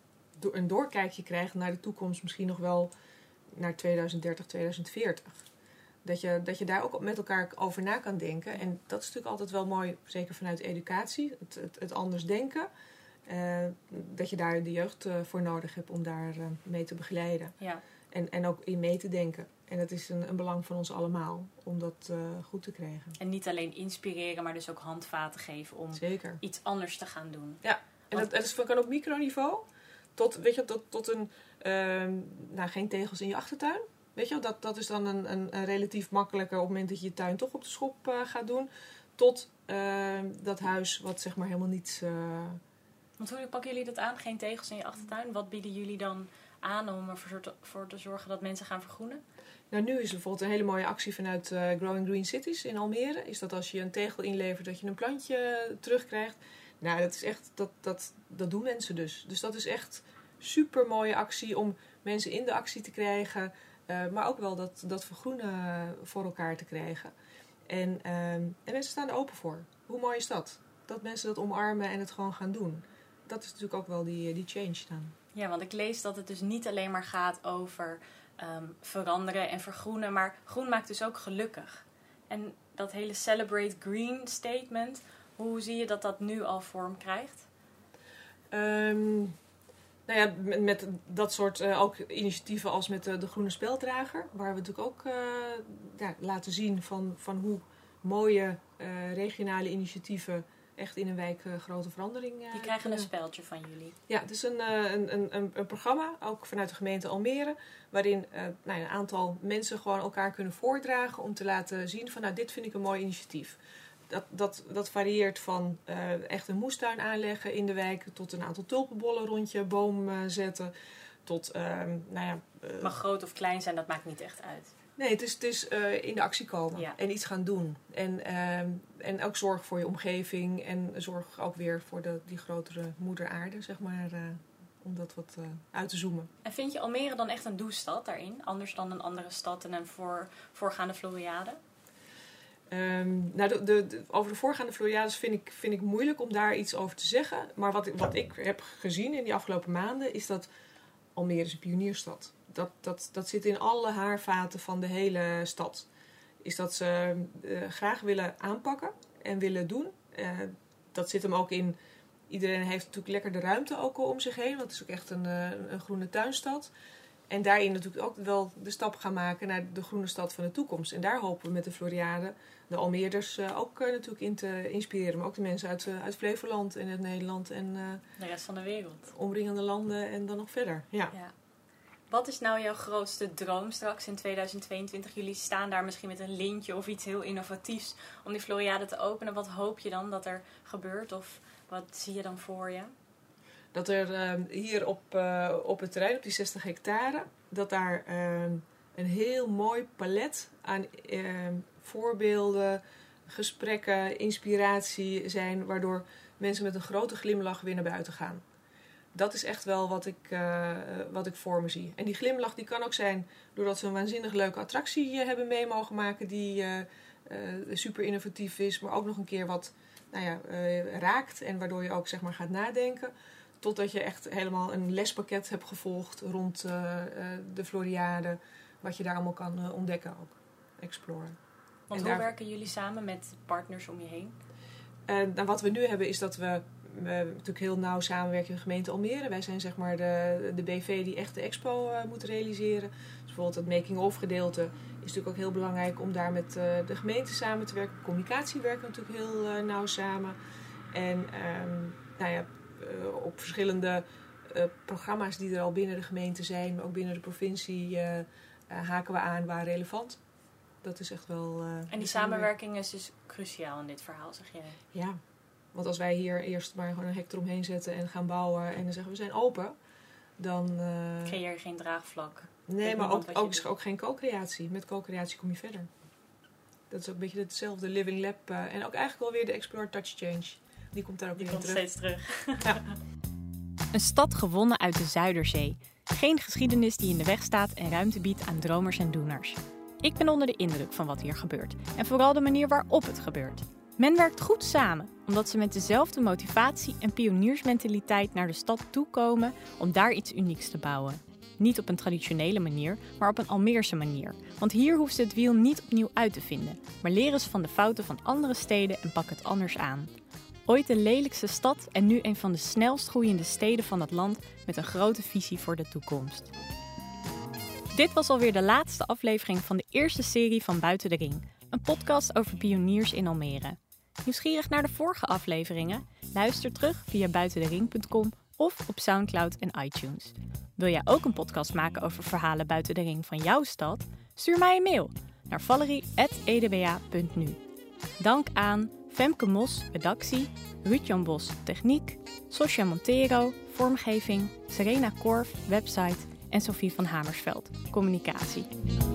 [SPEAKER 6] een doorkijkje krijgen naar de toekomst. Misschien nog wel naar tweeduizend dertig, tweeduizend veertig. Dat je, dat je daar ook met elkaar over na kan denken. En dat is natuurlijk altijd wel mooi, zeker vanuit educatie. Het, het, het anders denken. Uh, dat je daar de jeugd uh, voor nodig hebt om daar uh, mee te begeleiden.
[SPEAKER 7] Ja.
[SPEAKER 6] En, en ook in mee te denken. En dat is een, een belang van ons allemaal om dat uh, goed te krijgen.
[SPEAKER 7] En niet alleen inspireren, maar dus ook handvaten geven om
[SPEAKER 6] Zeker.
[SPEAKER 7] iets anders te gaan doen.
[SPEAKER 6] Ja, en dat, dat is, kan op microniveau tot, weet je, tot, tot een, uh, nou, geen tegels in je achtertuin. Weet je, dat, dat is dan een, een, een relatief makkelijker op het moment dat je je tuin toch op de schop uh, gaat doen. Tot uh, dat huis wat zeg maar helemaal niet... Uh,
[SPEAKER 7] Want hoe pakken jullie dat aan? Geen tegels in je achtertuin? Wat bieden jullie dan aan om ervoor te, voor te zorgen dat mensen gaan vergroenen?
[SPEAKER 6] Nou, nu is er bijvoorbeeld een hele mooie actie vanuit uh, Growing Green Cities in Almere. Is dat als je een tegel inlevert, dat je een plantje terugkrijgt. Nou, dat is echt, dat, dat, dat doen mensen dus. Dus dat is echt super mooie actie om mensen in de actie te krijgen. Uh, maar ook wel dat, dat vergroenen voor elkaar te krijgen. En, uh, en mensen staan er open voor. Hoe mooi is dat? Dat mensen dat omarmen en het gewoon gaan doen. Dat is natuurlijk ook wel die, die change dan.
[SPEAKER 7] Ja, want ik lees dat het dus niet alleen maar gaat over um, veranderen en vergroenen. Maar groen maakt dus ook gelukkig. En dat hele Celebrate Green statement, hoe zie je dat dat nu al vorm krijgt?
[SPEAKER 6] Um, nou ja, met, met dat soort uh, ook initiatieven als met de, de Groene Speldrager. Waar we natuurlijk ook uh, ja, laten zien van, van hoe mooie uh, regionale initiatieven echt in een wijk uh, grote verandering... Uh,
[SPEAKER 7] Die krijgen
[SPEAKER 6] kunnen.
[SPEAKER 7] een speldje van jullie.
[SPEAKER 6] Ja, het is een, uh, een, een, een programma, ook vanuit de gemeente Almere, waarin uh, nou, een aantal mensen gewoon elkaar kunnen voordragen om te laten zien van, nou, dit vind ik een mooi initiatief. Dat, dat, dat varieert van uh, echt een moestuin aanleggen in de wijk, tot een aantal tulpenbollen rond je boom uh, zetten, tot uh, nou ja, uh,
[SPEAKER 7] maar groot of klein zijn, dat maakt niet echt uit.
[SPEAKER 6] Nee, het is, het is uh, in de actie komen
[SPEAKER 7] Ja.
[SPEAKER 6] en iets gaan doen. En, uh, en ook zorg voor je omgeving en zorg ook weer voor de, die grotere moeder aarde, zeg maar, uh, om dat wat uh, uit te zoomen.
[SPEAKER 7] En vind je Almere dan echt een doelstad daarin? Anders dan een andere stad en een voor, voorgaande Floriade?
[SPEAKER 6] Um, nou, de, de, de, over de voorgaande Floriades vind ik, vind ik moeilijk om daar iets over te zeggen. Maar wat, wat ik heb gezien in die afgelopen maanden is dat Almere is een pionierstad. Dat, dat, dat zit in alle haarvaten van de hele stad. Is dat ze uh, graag willen aanpakken en willen doen. Uh, dat zit hem ook in... Iedereen heeft natuurlijk lekker de ruimte ook al om zich heen. Want het is ook echt een, uh, een groene tuinstad. En daarin natuurlijk ook wel de stap gaan maken naar de groene stad van de toekomst. En daar hopen we met de Floriade de Almeerders uh, ook uh, natuurlijk in te inspireren. Maar ook de mensen uit, uh, uit Flevoland en uit Nederland en uh,
[SPEAKER 7] de rest van de wereld.
[SPEAKER 6] Omringende landen en dan nog verder. Ja.
[SPEAKER 7] Ja. Wat is nou jouw grootste droom straks in tweeduizend tweeëntwintig? Jullie staan daar misschien met een lintje of iets heel innovatiefs om die Floriade te openen. Wat hoop je dan dat er gebeurt of wat zie je dan voor je?
[SPEAKER 6] Dat er uh, hier op, uh, op het terrein, op die zestig hectare, dat daar uh, een heel mooi palet aan uh, voorbeelden, gesprekken, inspiratie zijn, waardoor mensen met een grote glimlach weer naar buiten gaan. Dat is echt wel wat ik, uh, wat ik voor me zie. En die glimlach die kan ook zijn doordat ze een waanzinnig leuke attractie uh, hebben mee mogen maken die uh, uh, super innovatief is, maar ook nog een keer wat nou ja, uh, raakt en waardoor je ook zeg maar gaat nadenken. Totdat je echt helemaal een lespakket hebt gevolgd rond uh, uh, de Floriade. Wat je daar allemaal kan uh, ontdekken ook. Exploren.
[SPEAKER 7] Want
[SPEAKER 6] en
[SPEAKER 7] hoe
[SPEAKER 6] daar...
[SPEAKER 7] werken jullie samen met partners om je heen?
[SPEAKER 6] Uh, nou, wat we nu hebben is dat we, we natuurlijk heel nauw samenwerken met de gemeente Almere. Wij zijn zeg maar de, de B V die echt de expo uh, moet realiseren. Dus bijvoorbeeld het making-of gedeelte is natuurlijk ook heel belangrijk om daar met uh, de gemeente samen te werken. Communicatie werken we natuurlijk heel uh, nauw samen. En um, nou ja... Uh, op verschillende uh, programma's die er al binnen de gemeente zijn, maar ook binnen de provincie, uh, uh, haken we aan waar relevant. Dat is echt wel... Uh,
[SPEAKER 7] en die samenwerking is dus cruciaal in dit verhaal, zeg jij?
[SPEAKER 6] Ja, want als wij hier eerst maar gewoon een hek eromheen zetten en gaan bouwen en dan zeggen we zijn open, dan... Uh,
[SPEAKER 7] creëer je geen draagvlak.
[SPEAKER 6] Nee, maar ook, ook, is ook geen co-creatie. Met co-creatie kom je verder. Dat is ook een beetje hetzelfde Living Lab uh, en ook eigenlijk alweer de Explore Touch Change. Die komt daar ook
[SPEAKER 7] Die
[SPEAKER 6] weer
[SPEAKER 7] komt
[SPEAKER 6] terug.
[SPEAKER 7] steeds terug.
[SPEAKER 6] Ja.
[SPEAKER 1] Een stad gewonnen uit de Zuiderzee. Geen geschiedenis die in de weg staat en ruimte biedt aan dromers en doeners. Ik ben onder de indruk van wat hier gebeurt. En vooral de manier waarop het gebeurt. Men werkt goed samen, omdat ze met dezelfde motivatie en pioniersmentaliteit naar de stad toekomen om daar iets unieks te bouwen. Niet op een traditionele manier, maar op een Almeerse manier. Want hier hoeft ze het wiel niet opnieuw uit te vinden, maar leren ze van de fouten van andere steden en pakken het anders aan. Ooit de lelijkste stad en nu een van de snelst groeiende steden van het land met een grote visie voor de toekomst. Dit was alweer de laatste aflevering van de eerste serie van Buiten de Ring, een podcast over pioniers in Almere. Nieuwsgierig naar de vorige afleveringen? Luister terug via buitendering punt com of op Soundcloud en iTunes. Wil jij ook een podcast maken over verhalen buiten de ring van jouw stad? Stuur mij een mail naar valerie apenstaartje e d b a punt n u. Dank aan Femke Mos, redactie, Ruud-Jan Bos, techniek, Sosja Montero, vormgeving, Serena Korf, website en Sophie van Hamersveld, communicatie.